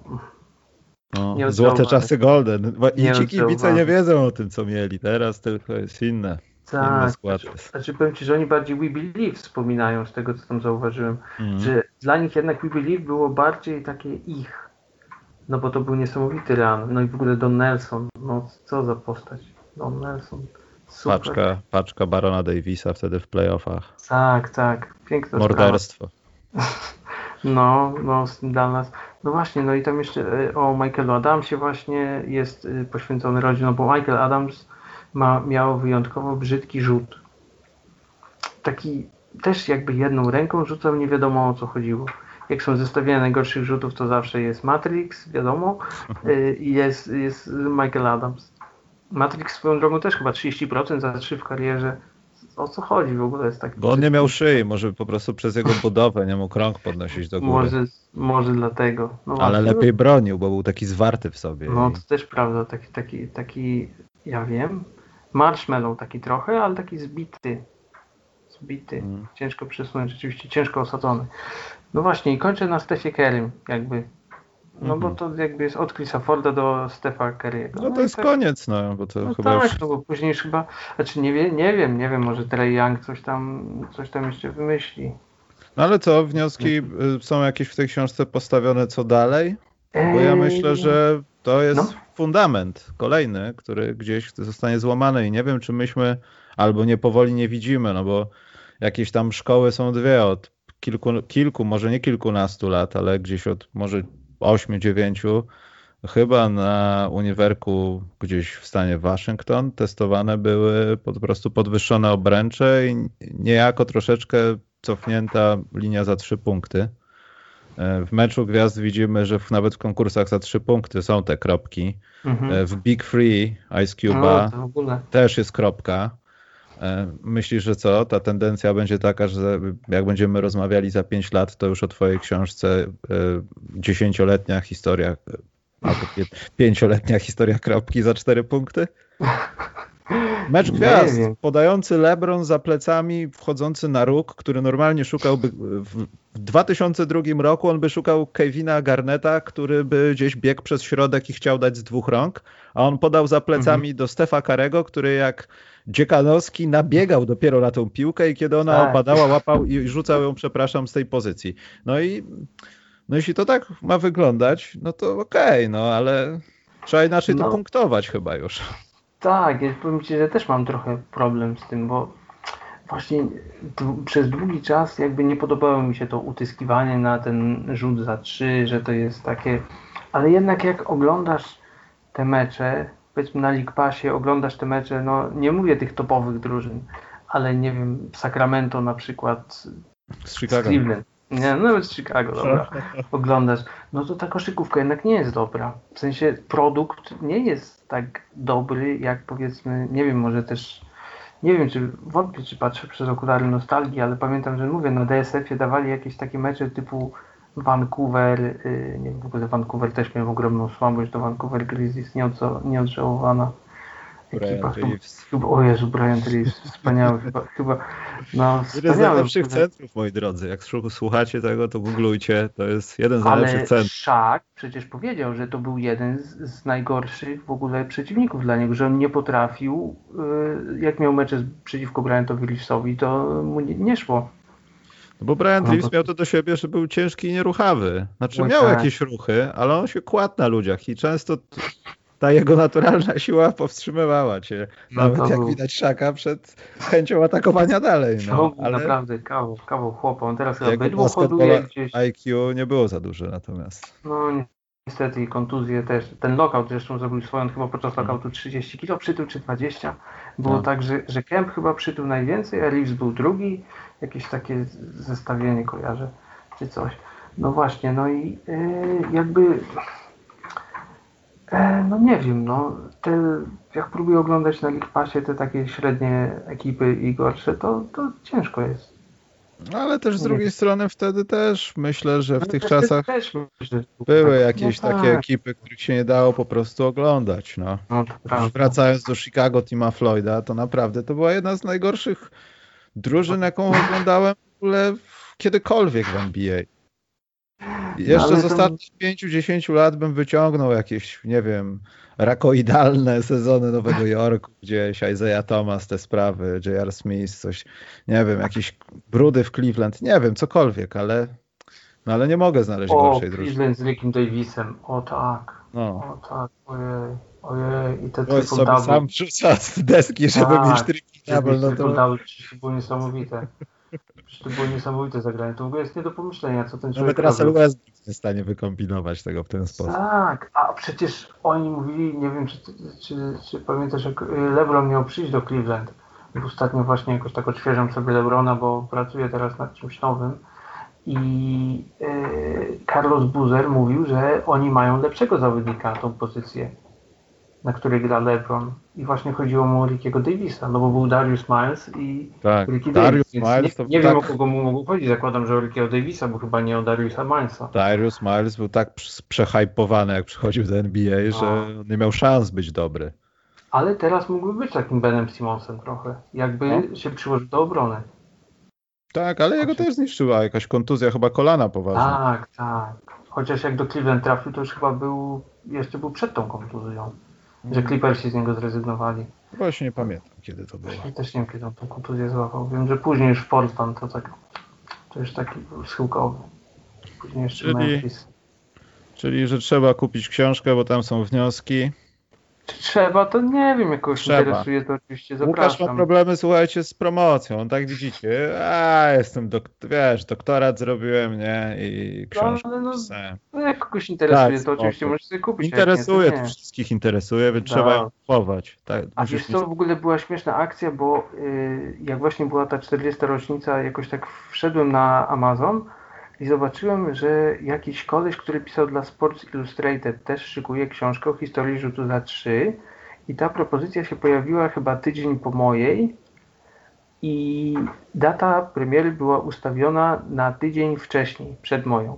A: No, złote czasy golden. I
B: nie
A: ci kibice nie wiedzą o tym, co mieli. Teraz tylko jest inne.
B: Tak, znaczy, znaczy powiem Ci, że oni bardziej We Believe wspominają z tego, co tam zauważyłem, mm. że dla nich jednak We Believe było bardziej takie ich, no bo to był niesamowity run, no i w ogóle Don Nelson, no co za postać, Don Nelson, super.
A: Paczka, paczka Barona Davisa wtedy w playoffach.
B: Tak, tak, piękne
A: morderstwo.
B: No, no z tym Dallas. No właśnie, no i tam jeszcze o Michaelu Adamsie właśnie jest poświęcony rozdział, no bo Michael Adams Ma, miał wyjątkowo brzydki rzut. Taki też jakby jedną ręką rzucał, nie wiadomo o co chodziło. Jak są zestawienia najgorszych rzutów, to zawsze jest Matrix, wiadomo, i jest, jest Michael Adams. Matrix swoją drogą też chyba trzydzieści procent za trzy w karierze. O co chodzi w ogóle? Jest tak.
A: Bo on nie miał szyi, może po prostu przez jego budowę nie mógł rąk podnosić do góry.
B: Może, może dlatego. No
A: ale
B: właśnie.
A: lepiej bronił, bo był taki zwarty w sobie.
B: No
A: i...
B: to też prawda, taki, taki, taki, ja wiem, marshmallow taki trochę, ale taki zbity. Zbity. Mm. Ciężko przesunąć, rzeczywiście ciężko osadzony. No właśnie i kończę na Stephie Currym jakby. No mm-hmm. bo to jakby jest od Chrisa Forda do Stepha Curry'ego.
A: No, no to jest tak, koniec, no bo to
B: no
A: chyba
B: tak,
A: już...
B: no bo później już chyba, znaczy nie, wie, nie wiem, nie wiem, może Trae Young coś tam, coś tam jeszcze wymyśli.
A: No ale co, wnioski są jakieś w tej książce postawione co dalej? Bo ja myślę, że to jest no. fundament kolejny, który gdzieś zostanie złamany i nie wiem, czy myśmy albo nie powoli nie widzimy, no bo jakieś tam szkoły są dwie od kilku, kilku, może nie kilkunastu lat, ale gdzieś od może ośmiu, dziewięciu, chyba na uniwerku gdzieś w stanie Waszyngton testowane były po prostu podwyższone obręcze i niejako troszeczkę cofnięta linia za trzy punkty. W Meczu Gwiazd widzimy, że w, nawet w konkursach za trzy punkty są te kropki. Mhm. W Big Free Ice Cube'a no, też jest kropka. Myślisz, że co? Ta tendencja będzie taka, że jak będziemy rozmawiali za pięć lat, to już o twojej książce dziesięcioletnia historia albo pięcioletnia historia kropki za cztery punkty? Mecz Gwiazd, podający LeBron za plecami, wchodzący na róg, który normalnie szukałby w dwa tysiące drugim roku, on by szukał Kevina Garnetta, który by gdzieś biegł przez środek i chciał dać z dwóch rąk, a on podał za plecami mhm. do Stefa Curry'ego, który jak Dziekanowski nabiegał dopiero na tą piłkę i kiedy ona tak. opadała, łapał i rzucał ją, przepraszam, z tej pozycji. No i no jeśli to tak ma wyglądać, no to okej, okay, no ale trzeba inaczej no. to punktować chyba już.
B: Tak, ja powiem Ci, że też mam trochę problem z tym, bo właśnie d- przez długi czas jakby nie podobało mi się to utyskiwanie na ten rzut za trzy, że to jest takie, ale jednak jak oglądasz te mecze, powiedzmy na League Passie, oglądasz te mecze, no nie mówię tych topowych drużyn, ale nie wiem, Sacramento na przykład,
A: z Chicago.
B: Cleveland. Nie, no nawet z Chicago, dobra, oglądasz, no to ta koszykówka jednak nie jest dobra. W sensie produkt nie jest tak dobry, jak powiedzmy, nie wiem, może też, nie wiem, czy wątpię, czy patrzę przez okulary nostalgii, ale pamiętam, że mówię, na D S F-ie dawali jakieś takie mecze typu Vancouver, yy, nie wiem, w ogóle Vancouver też miał ogromną słabość, do Vancouver Grizzlies nieodża- nieodżałowana. Ekipa, chyba, o Jezu, Brian Reeves, wspaniały, chyba, chyba no wspaniały.
A: Jeden z najlepszych centrów, moi drodzy, jak słuchacie tego, to googlujcie, to jest jeden z najlepszych centrów.
B: Ale Shaq przecież powiedział, że to był jeden z, z najgorszych w ogóle przeciwników dla niego, że on nie potrafił, yy, jak miał mecze przeciwko Bryantowi Reevesowi, to mu nie, nie szło.
A: No bo Brian Reeves miał to do siebie, że był ciężki i nieruchawy. Znaczy no miał tak. jakieś ruchy, ale on się kładł na ludziach i często ta jego naturalna siła powstrzymywała cię. No nawet jak był... widać Shaka przed chęcią atakowania dalej. No,
B: ale... Naprawdę kawał, kawał chłopa. On teraz chyba bydło hoduje gdzieś.
A: I Q nie było za duże natomiast.
B: No niestety i kontuzje też. Ten lockout zresztą zrobił swoją, chyba podczas lockoutu trzydzieści kilo przytył czy dwadzieścia. Było no. tak, że, że Kemp chyba przytył najwięcej, a Reeves był drugi. Jakieś takie zestawienie kojarzę, czy coś. No właśnie, no i yy, jakby... No nie wiem, no te, jak próbuję oglądać na League Passie te takie średnie ekipy i gorsze, to, to ciężko jest.
A: No ale też z nie drugiej wiem. strony wtedy też myślę, że w no, tych czasach też myślę, były tak. jakieś no, takie tak. ekipy, których się nie dało po prostu oglądać. No. No, wracając do Chicago Tima Floyda, to naprawdę to była jedna z najgorszych drużyn, jaką oglądałem w ogóle kiedykolwiek w N B A. Jeszcze no, z ostatnich pięciu dziesięciu lat bym wyciągnął jakieś, nie wiem, rakoidalne sezony Nowego Jorku, gdzieś Isaiah Thomas, te sprawy, J R. Smith, coś, nie wiem, jakieś brudy w Cleveland, nie wiem, cokolwiek, ale, no, ale nie mogę znaleźć
B: o,
A: gorszej drużyny.
B: Cleveland z Rickiem Davisem, o tak,
A: no.
B: o tak, ojej, ojej, i te
A: triple sobie double. Sam wrzuca z deski, żeby tak, mieć triple double, no to...
B: double, to było niesamowite. To było niesamowite zagranie. To w ogóle jest nie do pomyślenia, co ten człowiek
A: Nawet Russell Westbrook jest w stanie wykombinować tego w ten sposób.
B: Tak, a przecież oni mówili, nie wiem, czy, czy, czy pamiętasz, jak LeBron miał przyjść do Cleveland. Ostatnio właśnie jakoś tak odświeżam sobie LeBrona, bo pracuję teraz nad czymś nowym. I yy, Carlos Boozer mówił, że oni mają lepszego zawodnika na tą pozycję. na której gra LeBron. I właśnie chodziło mu o Rickiego Davisa, no bo był Darius Miles i
A: tak,
B: Ricky
A: Darius
B: Davis.
A: Miles
B: Nie,
A: to
B: nie
A: tak...
B: wiem, o kogo mu mogło chodzić. Zakładam, że o Rickiego Davisa, bo chyba nie o Dariusa Milesa.
A: Darius Miles był tak przehajpowany, jak przychodził do N B A,
B: No.
A: że nie miał szans być dobry.
B: Ale teraz mógłby być takim Benem Simmonsem trochę. Jakby
A: no.
B: się przyłożył do obrony.
A: Tak, ale jego też zniszczyła jakaś kontuzja, chyba kolana poważna.
B: Tak, tak. Chociaż jak do Cleveland trafił, to już chyba był, jeszcze był przed tą kontuzją. Że Clippersi z niego zrezygnowali.
A: Właśnie nie pamiętam, kiedy to było.
B: Ja też nie wiem, kiedy on tą kontuzję złapał. Wiem, że później już Portland to tak, to już taki schyłkowy. Później jeszcze
A: czyli,
B: Memphis.
A: Czyli, że trzeba kupić książkę, bo tam są wnioski.
B: Czy trzeba, to nie wiem, jak kogoś
A: Trzeba.
B: interesuje, to oczywiście zapraszam.
A: Łukasz ma problemy, słuchajcie, z promocją, tak widzicie. A, jestem, dok- wiesz, doktorat zrobiłem, nie? I książkę
B: no, no,
A: pisałem.
B: no, jak kogoś interesuje,
A: Tak,
B: to oczywiście
A: spoko.
B: możesz sobie kupić.
A: Interesuje,
B: nie,
A: to
B: to nie.
A: wszystkich interesuje, więc
B: Tak.
A: trzeba ją kupować. Tak,
B: A wiesz co, w ogóle była śmieszna akcja, bo yy, jak właśnie była ta czterdziesta rocznica, jakoś tak wszedłem na Amazon i zobaczyłem, że jakiś koleś, który pisał dla Sports Illustrated, też szykuje książkę o historii rzutu za trzy i ta propozycja się pojawiła chyba tydzień po mojej i data premiery była ustawiona na tydzień wcześniej, przed moją.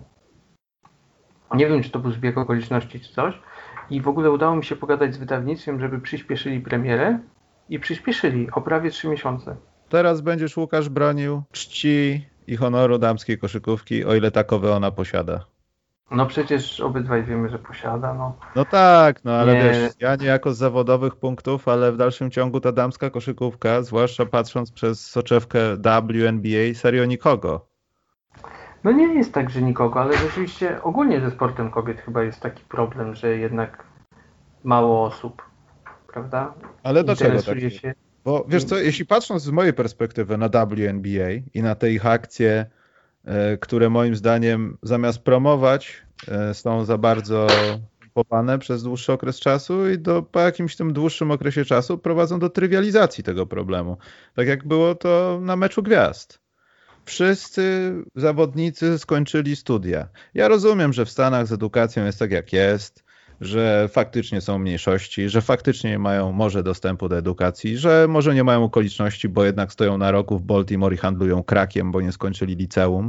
B: Nie wiem, czy to był zbieg okoliczności, czy coś. I w ogóle udało mi się pogadać z wydawnictwem, żeby przyspieszyli premierę i przyspieszyli o prawie trzy miesiące.
A: Teraz będziesz, Łukasz, bronił czci i honoru damskiej koszykówki, o ile takowe ona posiada.
B: No przecież obydwaj wiemy, że posiada. No,
A: no tak, no ale
B: nie.
A: wiesz, ja niejako z zawodowych punktów, ale w dalszym ciągu ta damska koszykówka, zwłaszcza patrząc przez soczewkę W N B A, serio nikogo.
B: No nie jest tak, że nikogo, ale rzeczywiście ogólnie ze sportem kobiet chyba jest taki problem, że jednak mało osób, prawda?
A: Ale dlaczego tak?
B: Się...
A: Bo wiesz co, jeśli patrząc z mojej perspektywy na W N B A i na te ich akcje, y, które moim zdaniem zamiast promować y, są za bardzo pompowane przez dłuższy okres czasu i do, po jakimś tym dłuższym okresie czasu prowadzą do trywializacji tego problemu. Tak jak było to na meczu gwiazd. Wszyscy zawodnicy skończyli studia. Ja rozumiem, że w Stanach z edukacją jest tak jak jest, że faktycznie są mniejszości, że faktycznie nie mają może dostępu do edukacji, że może nie mają okoliczności, bo jednak stoją na rogu w Baltimore i handlują crakiem, bo nie skończyli liceum.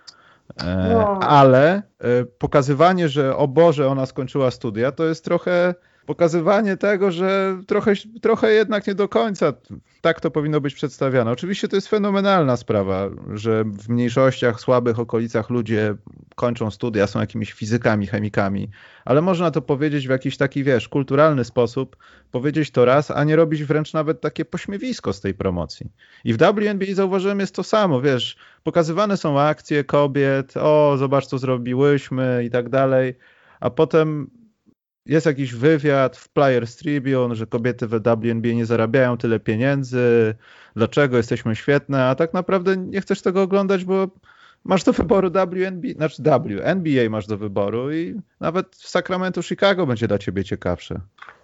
A: No. Ale pokazywanie, że o Boże, ona skończyła studia, to jest trochę pokazywanie tego, że trochę, trochę jednak nie do końca tak to powinno być przedstawiane. Oczywiście to jest fenomenalna sprawa, że w mniejszościach, słabych okolicach ludzie kończą studia, są jakimiś fizykami, chemikami, ale można to powiedzieć w jakiś taki, wiesz, kulturalny sposób, powiedzieć to raz, a nie robić wręcz nawet takie pośmiewisko z tej promocji. I w W N B A zauważyłem jest to samo, wiesz, pokazywane są akcje kobiet, o, zobacz co zrobiłyśmy i tak dalej, a potem jest jakiś wywiad w Players Tribune, że kobiety w W N B A nie zarabiają tyle pieniędzy, dlaczego jesteśmy świetne, a tak naprawdę nie chcesz tego oglądać, bo masz do wyboru W N B A, znaczy W, N B A masz do wyboru i nawet w Sacramento, Chicago będzie dla ciebie ciekawsze.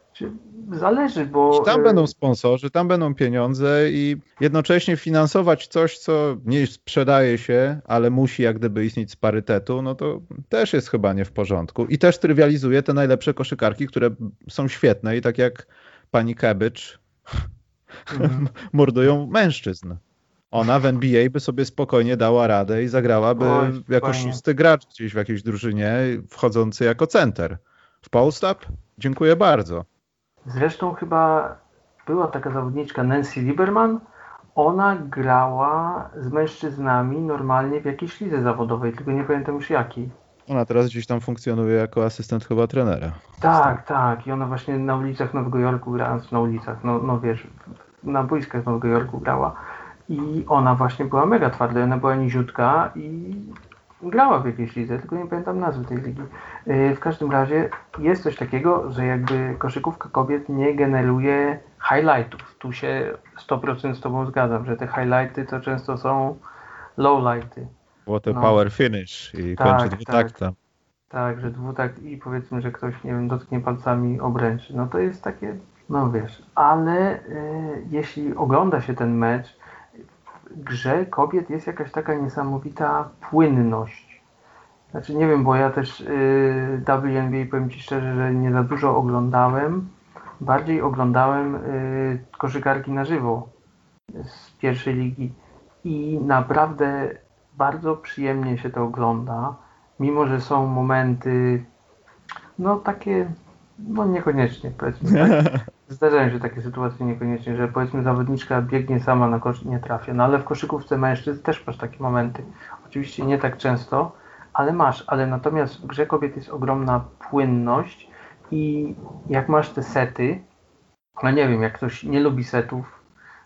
B: Zależy, bo...
A: I tam będą sponsorzy, tam będą pieniądze i jednocześnie finansować coś, co nie sprzedaje się, ale musi jak gdyby istnieć z parytetu, no to też jest chyba nie w porządku. I też trywializuje te najlepsze koszykarki, które są świetne i tak jak pani Kebycz mm. mordują mężczyzn. Ona w N B A by sobie spokojnie dała radę i zagrałaby Oj, jako fajnie. szósty gracz gdzieś w jakiejś drużynie, wchodzący jako center. W post-up? Dziękuję bardzo.
B: Zresztą chyba była taka zawodniczka Nancy Lieberman, ona grała z mężczyznami normalnie w jakiejś lidze zawodowej, tylko nie pamiętam już jakiej.
A: Ona teraz gdzieś tam funkcjonuje jako asystent chyba trenera.
B: Tak, tak. I ona właśnie na ulicach Nowego Jorku grała, na ulicach, no, no wiesz, na boiskach Nowego Jorku grała. I ona właśnie była mega twarda, ona była niziutka i grała w jakiejś lidze, tylko nie pamiętam nazwy tej ligi. W każdym razie jest coś takiego, że jakby koszykówka kobiet nie generuje highlightów. Tu się sto procent z tobą zgadzam, że te highlighty to często są lowlighty.
A: Było to no. power finish i tak, kończy dwutakta.
B: Tak, tak, że dwutakt i powiedzmy, że ktoś, nie wiem, dotknie palcami obręczy. No to jest takie, no wiesz, ale y, jeśli ogląda się ten mecz, w grze kobiet jest jakaś taka niesamowita płynność. Znaczy nie wiem, bo ja też yy, W N B A, powiem Ci szczerze, że nie za dużo oglądałem bardziej oglądałem y, koszykarki na żywo z pierwszej ligi i naprawdę bardzo przyjemnie się to ogląda, mimo że są momenty no takie, no niekoniecznie powiedzmy, tak? Zdarzają się takie sytuacje niekoniecznie, że powiedzmy zawodniczka biegnie sama na kosz, nie trafia, no ale w koszykówce mężczyzn też masz takie momenty, oczywiście nie tak często, ale masz, ale natomiast w grze kobiet jest ogromna płynność i jak masz te sety, no nie wiem, jak ktoś nie lubi setów,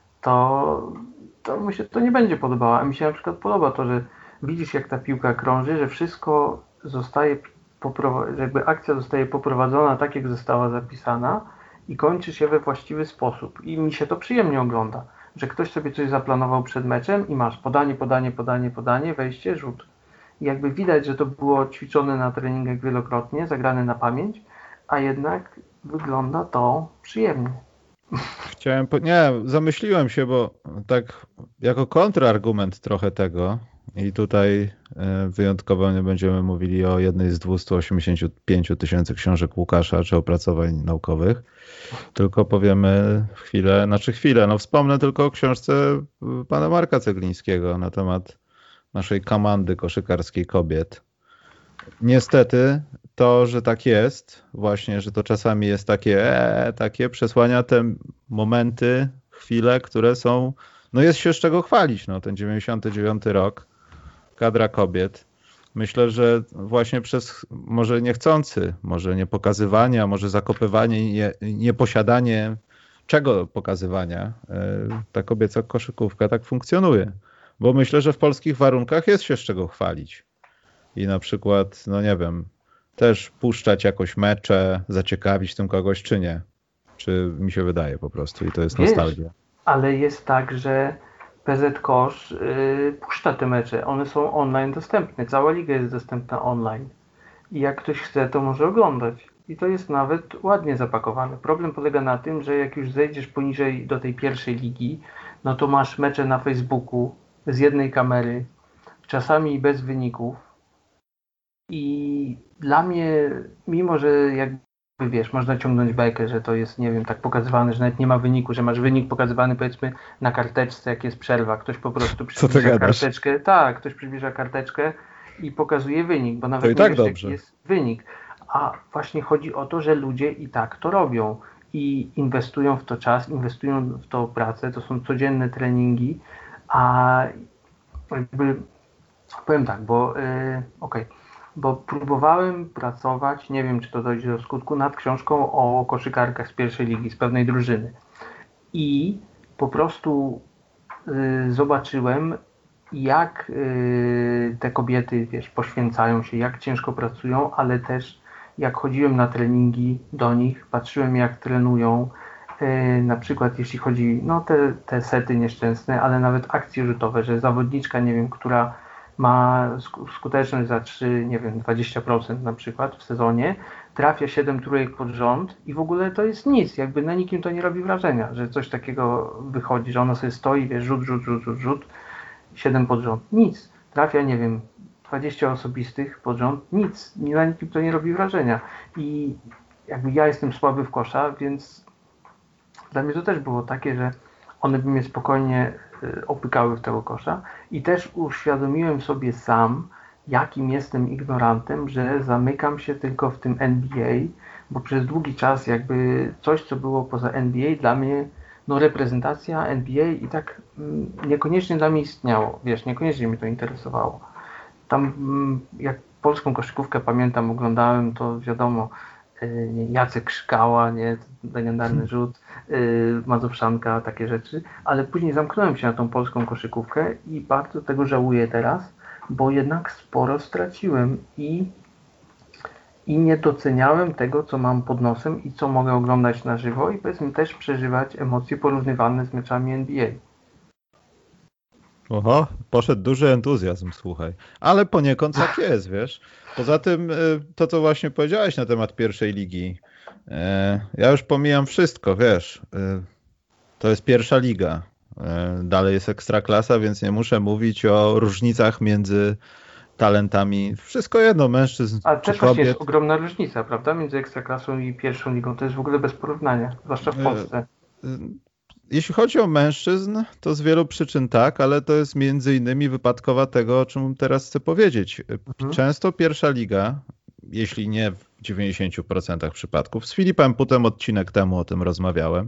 B: to, to mu się to nie będzie podobało. A mi się na przykład podoba to, że widzisz jak ta piłka krąży, że wszystko zostaje, poprowa- że jakby akcja zostaje poprowadzona tak, jak została zapisana i kończy się we właściwy sposób. I mi się to przyjemnie ogląda, że ktoś sobie coś zaplanował przed meczem i masz podanie, podanie, podanie, podanie, wejście, rzut. I jakby widać, że to było ćwiczone na treningach wielokrotnie, zagrane na pamięć, a jednak wygląda to przyjemnie.
A: Chciałem, po... nie, zamyśliłem się, bo tak jako kontrargument trochę tego i tutaj wyjątkowo nie będziemy mówili o jednej z dwieście osiemdziesiąt pięć tysięcy książek Łukasza czy opracowań naukowych, tylko powiemy chwilę, znaczy chwilę, no wspomnę tylko o książce pana Marka Ceglińskiego na temat naszej komandy koszykarskiej kobiet. Niestety to, że tak jest, właśnie, że to czasami jest takie, ee, takie przesłania te momenty, chwile, które są, no jest się z czego chwalić, no ten dziewięćdziesiąty dziewiąty rok, kadra kobiet. Myślę, że właśnie przez może niechcący, może nie pokazywanie, a może zakopywanie, nie, nieposiadanie czego pokazywania, ta kobieca koszykówka tak funkcjonuje. Bo myślę, że w polskich warunkach jest się z czego chwalić. I na przykład, no nie wiem, też puszczać jakoś mecze, zaciekawić tym kogoś, czy nie. Czy mi się wydaje po prostu i to jest
B: Wiesz,
A: nostalgia.
B: Ale jest tak, że P Z Kosz yy, puszcza te mecze. One są online dostępne. Cała liga jest dostępna online. I jak ktoś chce, to może oglądać. I to jest nawet ładnie zapakowane. Problem polega na tym, że jak już zejdziesz poniżej do tej pierwszej ligi, no to masz mecze na Facebooku z jednej kamery, czasami bez wyników. I dla mnie, mimo że jakby wiesz, można ciągnąć bajkę, że to jest, nie wiem, tak pokazywane, że nawet nie ma wyniku, że masz wynik pokazywany powiedzmy na karteczce, jak jest przerwa. Ktoś po prostu przybliża karteczkę. Tak, ktoś przybliża karteczkę i pokazuje wynik, bo nawet
A: to i tak
B: nie wiesz,
A: dobrze.
B: jaki jest wynik. A właśnie chodzi o to, że ludzie i tak to robią i inwestują w to czas, inwestują w to pracę, to są codzienne treningi, a jakby powiem tak, bo yy, okej. Okay. Bo próbowałem pracować, nie wiem czy to dojdzie do skutku, nad książką o koszykarkach z pierwszej ligi, z pewnej drużyny. I po prostu y, zobaczyłem, jak y, te kobiety, wiesz, poświęcają się, jak ciężko pracują, ale też jak chodziłem na treningi do nich, patrzyłem jak trenują, y, na przykład jeśli chodzi, no te, te sety nieszczęsne, ale nawet akcje rzutowe, że zawodniczka, nie wiem, która ma skuteczność za trzy, nie wiem, dwadzieścia procent na przykład w sezonie, trafia siedem trójek pod rząd i w ogóle to jest nic, jakby na nikim to nie robi wrażenia, że coś takiego wychodzi, że ona sobie stoi, wiesz, rzut, rzut, rzut, rzut, rzut, siedem pod rząd, nic, trafia, nie wiem, dwadzieścia osobistych pod rząd, nic, na nikim to nie robi wrażenia i jakby ja jestem słaby w kosza, więc dla mnie to też było takie, że one by mnie spokojnie opykały w tego kosza i też uświadomiłem sobie sam, jakim jestem ignorantem, że zamykam się tylko w tym N B A, bo przez długi czas jakby coś, co było poza N B A dla mnie, no reprezentacja N B A i tak mm, niekoniecznie dla mnie istniało, wiesz, niekoniecznie mnie to interesowało. Tam mm, jak polską koszykówkę pamiętam, oglądałem, to wiadomo, Jacek Szkała, nie, legendarny rzut, yy, Mazowszanka, takie rzeczy, ale później zamknąłem się na tą polską koszykówkę i bardzo tego żałuję teraz, bo jednak sporo straciłem i, i nie doceniałem tego, co mam pod nosem i co mogę oglądać na żywo i powiedzmy też przeżywać emocje porównywalne z meczami N B A.
A: Oho, poszedł duży entuzjazm, słuchaj. Ale poniekąd tak jest, wiesz. Poza tym to, co właśnie powiedziałeś na temat pierwszej ligi. Ja już pomijam wszystko, wiesz. To jest pierwsza liga. Dalej jest ekstraklasa, więc nie muszę mówić o różnicach między talentami. Wszystko jedno, mężczyzn
B: A
A: czy
B: też właśnie
A: kobiet.
B: jest ogromna różnica, prawda? Między Ekstraklasą i pierwszą ligą. To jest w ogóle bez porównania, zwłaszcza w Polsce.
A: Jeśli chodzi o mężczyzn, to z wielu przyczyn tak, ale to jest między innymi wypadkowa tego, o czym teraz chcę powiedzieć.
B: Mhm.
A: Często pierwsza liga, jeśli nie w dziewięćdziesięciu procentach przypadków, z Filipem Putem odcinek temu o tym rozmawiałem,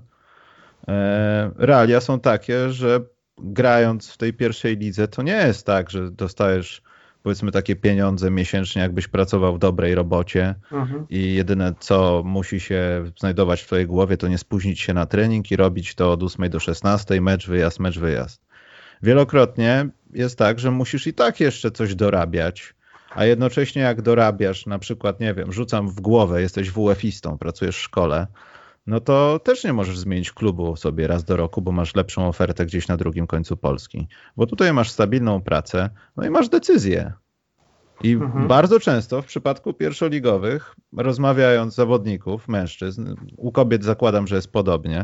A: realia są takie, że grając w tej pierwszej lidze, to nie jest tak, że dostajesz powiedzmy takie pieniądze miesięcznie, jakbyś pracował w dobrej robocie
B: Mhm.
A: i jedyne co musi się znajdować w twojej głowie, to nie spóźnić się na trening i robić to od ósmej do szesnastej, mecz, wyjazd, mecz, wyjazd. Wielokrotnie jest tak, że musisz i tak jeszcze coś dorabiać, a jednocześnie jak dorabiasz, na przykład, nie wiem, rzucam w głowę, jesteś W F-istą, pracujesz w szkole, no to też nie możesz zmienić klubu sobie raz do roku, bo masz lepszą ofertę gdzieś na drugim końcu Polski. Bo tutaj masz stabilną pracę, no i masz decyzję. I
B: Mhm.
A: bardzo często w przypadku pierwszoligowych, rozmawiając z zawodników, mężczyzn, u kobiet zakładam, że jest podobnie,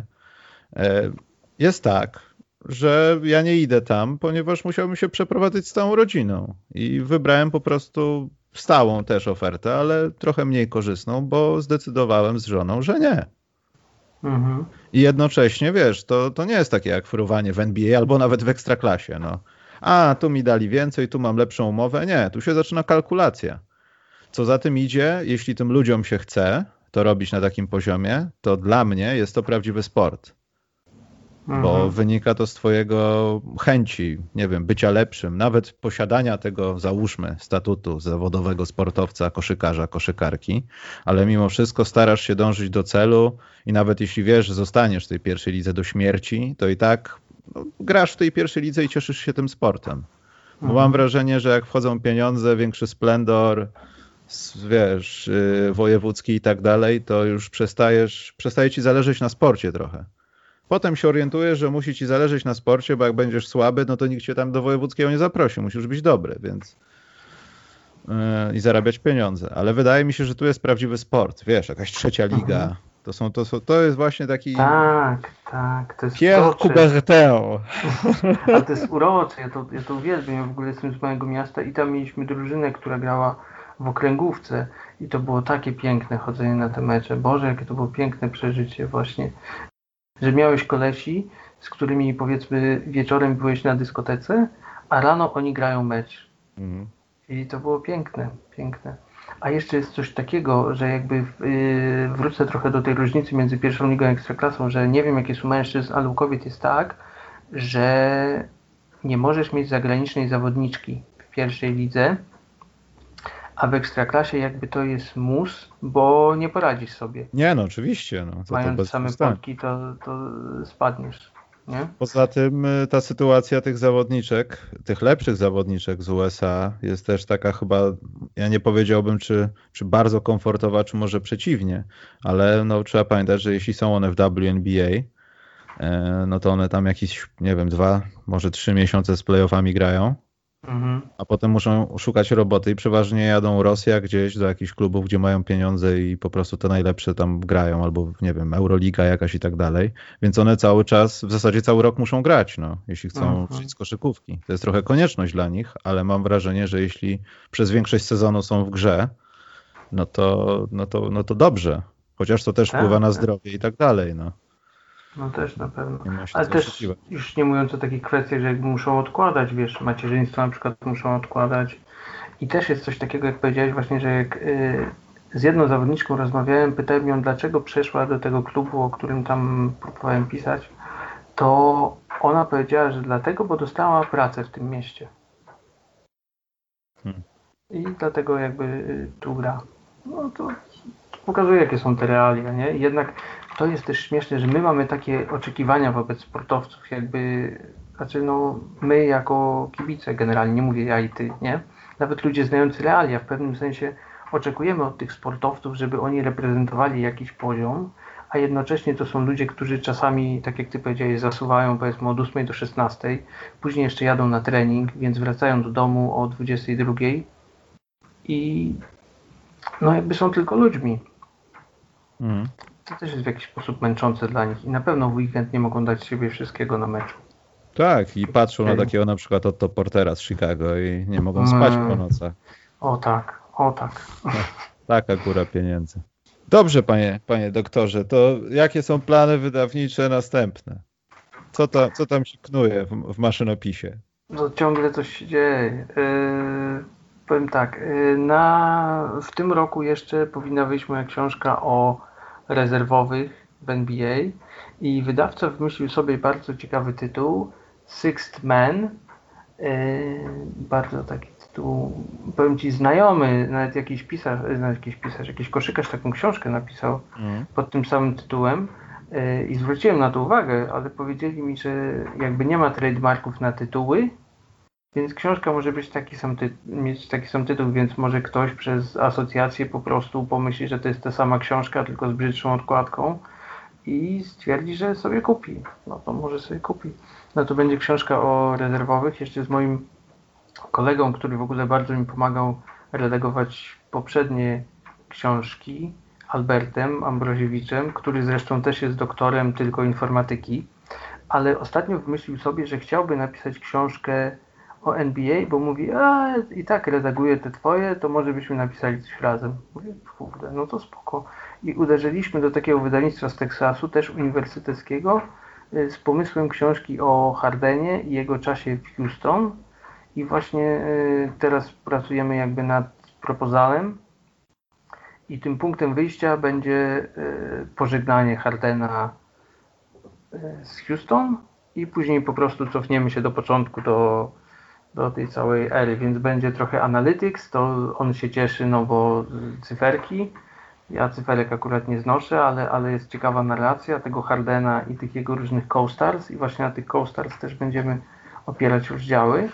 A: jest tak, że ja nie idę tam, ponieważ musiałbym się przeprowadzić z całą rodziną. I wybrałem po prostu stałą też ofertę, ale trochę mniej korzystną, bo zdecydowałem z żoną, że nie.
B: Mhm.
A: I jednocześnie, wiesz, to, to nie jest takie jak fruwanie w N B A albo nawet w Ekstraklasie. No. A, tu mi dali więcej, tu mam lepszą umowę. Nie, tu się zaczyna kalkulacja. Co za tym idzie, jeśli tym ludziom się chce to robić na takim poziomie, to dla mnie jest to prawdziwy sport. Bo
B: Mhm.
A: wynika to z twojego chęci, nie wiem, bycia lepszym, nawet posiadania tego, załóżmy, statutu zawodowego sportowca, koszykarza, koszykarki, ale mimo wszystko starasz się dążyć do celu i nawet jeśli wiesz, że zostaniesz w tej pierwszej lidze do śmierci, to i tak no, grasz w tej pierwszej lidze i cieszysz się tym sportem. Bo
B: Mhm.
A: mam wrażenie, że jak wchodzą pieniądze, większy splendor, wiesz, yy, wojewódzki i tak dalej, to już przestajesz, przestaje ci zależeć na sporcie trochę. Potem się orientujesz, że musi ci zależeć na sporcie, bo jak będziesz słaby, no to nikt cię tam do wojewódzkiego nie zaprosi. Musisz być dobry, więc yy, i zarabiać pieniądze. Ale wydaje mi się, że tu jest prawdziwy sport. Wiesz, jakaś trzecia liga.
B: Mhm.
A: To, są, to, są, to jest właśnie taki
B: Tak, tak. To jest
A: Pierre
B: urocze.
A: Coubertin.
B: Ale to jest urocze. Ja to, ja to uwielbiam. Ja w ogóle jestem z małego miasta i tam mieliśmy drużynę, która grała w okręgówce i to było takie piękne chodzenie na te mecze. Boże, jakie to było piękne przeżycie właśnie. Że miałeś kolesi, z którymi powiedzmy wieczorem byłeś na dyskotece, a rano oni grają mecz.
A: Mhm.
B: I to było piękne, piękne. A jeszcze jest coś takiego, że jakby yy, wrócę trochę do tej różnicy między pierwszą ligą a ekstraklasą, że nie wiem jak jest u mężczyzn, ale u kobiet jest tak, że nie możesz mieć zagranicznej zawodniczki w pierwszej lidze, a w ekstraklasie jakby to jest mus, bo nie poradzisz sobie.
A: Nie, no oczywiście. No, to, to
B: Mając
A: bez
B: same
A: przystani.
B: Polki, to, to spadniesz, nie?
A: Poza tym y, ta sytuacja tych zawodniczek, tych lepszych zawodniczek z U S A jest też taka chyba, ja nie powiedziałbym, czy, czy bardzo komfortowa, czy może przeciwnie, ale no, trzeba pamiętać, że jeśli są one w W N B A, y, no to one tam jakieś, nie wiem, dwa, może trzy miesiące z playoffami grają,
B: Mhm.
A: a potem muszą szukać roboty i przeważnie jadą Rosja gdzieś do jakichś klubów, gdzie mają pieniądze i po prostu te najlepsze tam grają, albo nie wiem, Euroliga jakaś i tak dalej. Więc one cały czas, w zasadzie cały rok muszą grać, no, jeśli chcą
B: Mhm.
A: żyć z koszykówki. To jest trochę konieczność dla nich, ale mam wrażenie, że jeśli przez większość sezonu są w grze, no to, no to, no to dobrze. Chociaż to też
B: Tak,
A: wpływa na
B: tak.
A: zdrowie i tak dalej, no.
B: No też na pewno.
A: Nie ma się
B: Ale
A: co
B: też
A: oszukiwać.
B: już nie mówiąc o takich kwestiach, że jakby muszą odkładać, wiesz, macierzyństwo na przykład muszą odkładać. I też jest coś takiego, jak powiedziałeś właśnie, że jak y, z jedną zawodniczką rozmawiałem, pytałem ją, dlaczego przeszła do tego klubu, o którym tam próbowałem pisać, to ona powiedziała, że dlatego, bo dostała pracę w tym mieście.
A: Hmm.
B: I dlatego jakby y, tu gra. No to pokazuje, jakie są te realia, nie? I jednak to jest też śmieszne, że my mamy takie oczekiwania wobec sportowców, jakby, znaczy no, my jako kibice generalnie, nie mówię ja i ty, nie? Nawet ludzie znający realia w pewnym sensie oczekujemy od tych sportowców, żeby oni reprezentowali jakiś poziom, a jednocześnie to są ludzie, którzy czasami, tak jak ty powiedziałeś, zasuwają powiedzmy od ósmej do szesnastej, później jeszcze jadą na trening, więc wracają do domu o dwudziestej drugiej i no jakby są tylko ludźmi.
A: Mhm.
B: To też jest w jakiś sposób męczące dla nich i na pewno w weekend nie mogą dać z siebie wszystkiego na meczu.
A: Tak, i patrzą na takiego na przykład Otto Portera z Chicago i nie mogą spać po nocach.
B: O tak, o tak.
A: No, taka góra pieniędzy. Dobrze, panie, panie doktorze, to jakie są plany wydawnicze następne? Co, to, co tam się knuje w, w maszynopisie?
B: No ciągle coś się dzieje. Yy, powiem tak, yy, na, w tym roku jeszcze powinna wyjść moja książka o rezerwowych w N B A i wydawca wymyślił sobie bardzo ciekawy tytuł Sixth Man. Yy, bardzo taki tytuł, powiem ci, znajomy, nawet jakiś pisarz, nawet jakiś pisarz, jakiś koszykarz taką książkę napisał mm. pod tym samym tytułem. I zwróciłem na to uwagę, ale powiedzieli mi, że jakby nie ma trademarków na tytuły, więc książka może być taki sam ty- mieć taki sam tytuł, więc może ktoś przez asocjację po prostu pomyśli, że to jest ta sama książka, tylko z brzydszą okładką i stwierdzi, że sobie kupi. No to może sobie kupi. No to będzie książka o rezerwowych, jeszcze z moim kolegą, który w ogóle bardzo mi pomagał redagować poprzednie książki, Albertem Ambroziewiczem, który zresztą też jest doktorem tylko informatyki, ale ostatnio wymyślił sobie, że chciałby napisać książkę o N B A, bo mówi, a i tak redaguję te twoje, to może byśmy napisali coś razem. Mówię, kurde, no to spoko. I uderzyliśmy do takiego wydawnictwa z Teksasu, też uniwersyteckiego, z pomysłem książki o Hardenie i jego czasie w Houston. I właśnie teraz pracujemy jakby nad propozalem. I tym punktem wyjścia będzie pożegnanie Hardena z Houston i później po prostu cofniemy się do początku, do, do tej całej ery, więc będzie trochę analytics, to on się cieszy, no bo cyferki, ja cyferek akurat nie znoszę, ale, ale jest ciekawa narracja tego Hardena i tych jego różnych co-stars i właśnie na tych co-stars też będziemy opierać rozdziały.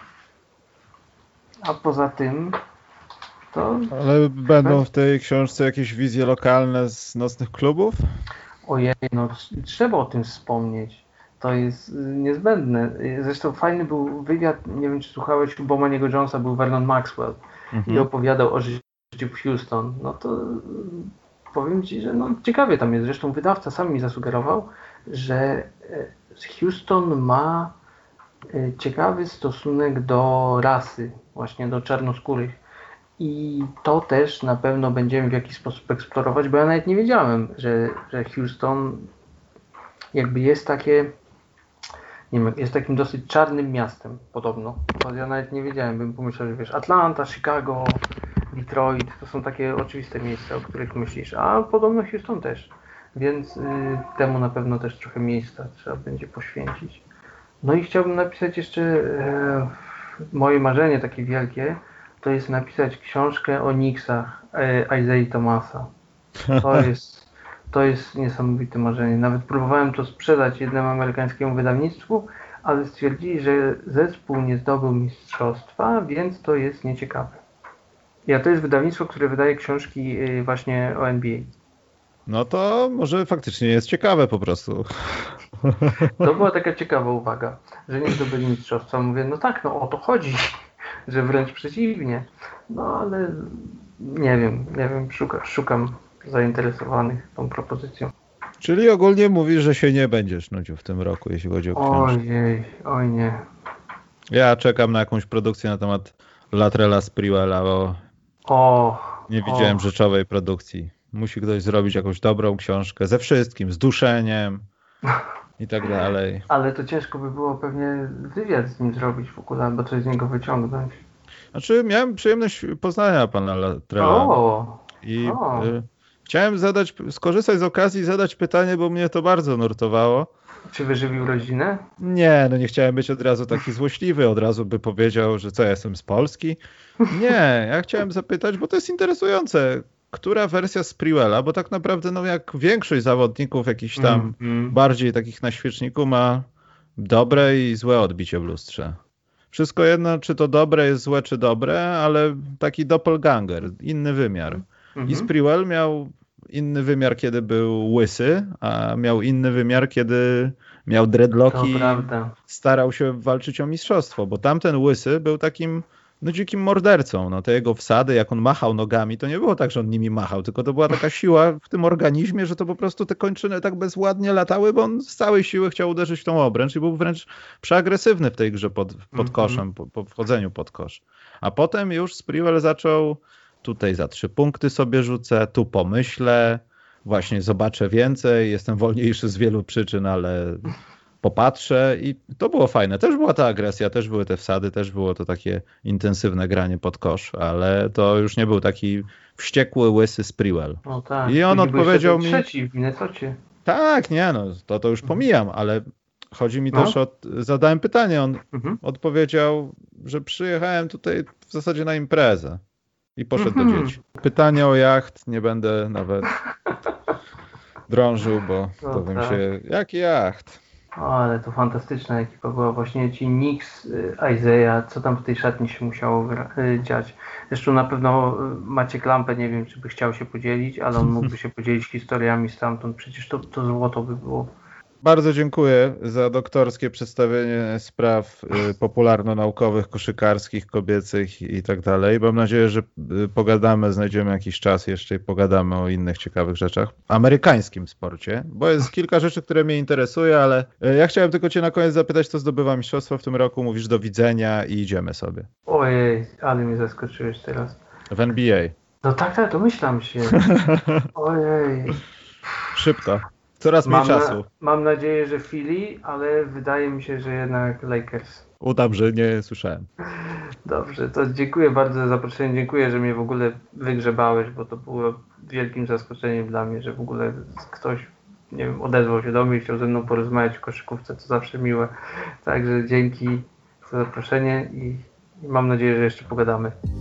B: A poza tym to...
A: Ale będą w tej książce jakieś wizje lokalne z nocnych klubów?
B: Ojej, no trzeba o tym wspomnieć. To jest niezbędne. Zresztą fajny był wywiad, nie wiem czy słuchałeś, u Bomaniego Jonesa był Vernon Maxwell mhm. i opowiadał o życiu w Houston. No to powiem ci, że no, ciekawie tam jest. Zresztą wydawca sam mi zasugerował, że Houston ma ciekawy stosunek do rasy, właśnie do czarnoskórych. I to też na pewno będziemy w jakiś sposób eksplorować, bo ja nawet nie wiedziałem, że, że Houston jakby jest takie, nie wiem, jest takim dosyć czarnym miastem podobno. Bo ja nawet nie wiedziałem, bym pomyślał, że wiesz, Atlanta, Chicago, Detroit, to są takie oczywiste miejsca, o których myślisz, a podobno Houston też. Więc y, temu na pewno też trochę miejsca trzeba będzie poświęcić. No i chciałbym napisać jeszcze e, moje marzenie takie wielkie, to jest napisać książkę o Knicksach e, Isaiah Thomasa. To jest, to jest niesamowite marzenie. Nawet próbowałem to sprzedać jednemu amerykańskiemu wydawnictwu, ale stwierdzili, że zespół nie zdobył mistrzostwa, więc to jest nieciekawe. Ja to jest wydawnictwo, które wydaje książki e, właśnie o N B A.
A: No to może faktycznie jest ciekawe po prostu.
B: To była taka ciekawa uwaga, że nie zdobyli mistrzostwa. Mówię, no tak, no o to chodzi, że wręcz przeciwnie. No ale nie wiem, nie wiem, szuka, szukam zainteresowanych tą propozycją.
A: Czyli ogólnie mówisz, że się nie będziesz nudził w tym roku, jeśli chodzi o książkę.
B: Ojej, oj nie.
A: Ja czekam na jakąś produkcję na temat Latrella Sprewella, bo
B: o,
A: nie widziałem
B: o.
A: rzeczowej produkcji. Musi ktoś zrobić jakąś dobrą książkę ze wszystkim, z duszeniem i tak dalej.
B: Ale to ciężko by było pewnie wywiad z nim zrobić w ogóle, albo coś z niego wyciągnąć.
A: Znaczy miałem przyjemność poznania pana Latrella.
B: O,
A: I
B: o.
A: Y, chciałem zadać, skorzystać z okazji i zadać pytanie, bo mnie to bardzo nurtowało.
B: Czy wyżywił rodzinę?
A: Nie, no nie chciałem być od razu taki złośliwy, od razu by powiedział, że co, ja jestem z Polski. Nie, ja chciałem zapytać, bo to jest interesujące, która wersja Sprewella, bo tak naprawdę no jak większość zawodników jakichś tam mm, bardziej takich na świeczniku ma dobre i złe odbicie w lustrze. Wszystko jedno, czy to dobre jest złe, czy dobre, ale taki doppelganger, inny wymiar. Mm-hmm. I Sprewell miał inny wymiar, kiedy był łysy, a miał inny wymiar, kiedy miał dreadlocki i starał się walczyć o mistrzostwo, bo tamten łysy był takim no dzikim mordercą. No te jego wsady, jak on machał nogami, to nie było tak, że on nimi machał, tylko to była taka siła w tym organizmie, że to po prostu te kończyny tak bezładnie latały, bo on z całej siły chciał uderzyć w tą obręcz i był wręcz przeagresywny w tej grze pod, pod koszem, po, po wchodzeniu pod kosz. A potem już Sprewell zaczął, tutaj za trzy punkty sobie rzucę, tu pomyślę, właśnie zobaczę więcej, jestem wolniejszy z wielu przyczyn, ale popatrzę i to było fajne. Też była ta agresja, też były te wsady, też było to takie intensywne granie pod kosz, ale to już nie był taki wściekły, łysy Sprewell.
B: No tak.
A: I on odpowiedział mi...
B: trzeci w Minnesocie.
A: Tak, nie no, to, to już pomijam, ale chodzi mi no. też o... Zadałem pytanie, on mhm. odpowiedział, że przyjechałem tutaj w zasadzie na imprezę i poszedł mhm. do dzieci. Pytanie o jacht, nie będę nawet drążył, bo no powiem tak. się, jaki jacht?
B: O, ale to fantastyczna ekipa była. Właśnie ci Knicks, Isaiah, co tam w tej szatni się musiało dziać. Zresztą na pewno Maciek Lampę, nie wiem, czy by chciał się podzielić, ale on mógłby się podzielić historiami stamtąd. Przecież to, to złoto by było.
A: Bardzo dziękuję za doktorskie przedstawienie spraw popularno-naukowych, koszykarskich, kobiecych i tak dalej. Mam nadzieję, że pogadamy, znajdziemy jakiś czas jeszcze i pogadamy o innych ciekawych rzeczach. W amerykańskim sporcie, bo jest kilka rzeczy, które mnie interesuje, ale ja chciałem tylko cię na koniec zapytać, co zdobywa mistrzostwo w tym roku. Mówisz do widzenia i idziemy sobie.
B: Ojej, ale mnie zaskoczyłeś teraz.
A: W N B A.
B: No tak, tak, domyślam się. Ojej.
A: Szybko. Coraz mniej
B: mam
A: czasu.
B: Na, mam nadzieję, że Philly, ale wydaje mi się, że jednak Lakers.
A: Udam, że nie słyszałem.
B: Dobrze, to dziękuję bardzo za zaproszenie. Dziękuję, że mnie w ogóle wygrzebałeś, bo to było wielkim zaskoczeniem dla mnie, że w ogóle ktoś, nie wiem, odezwał się do mnie i chciał ze mną porozmawiać o koszykówce, to zawsze miłe. Także dzięki za zaproszenie i, i mam nadzieję, że jeszcze pogadamy.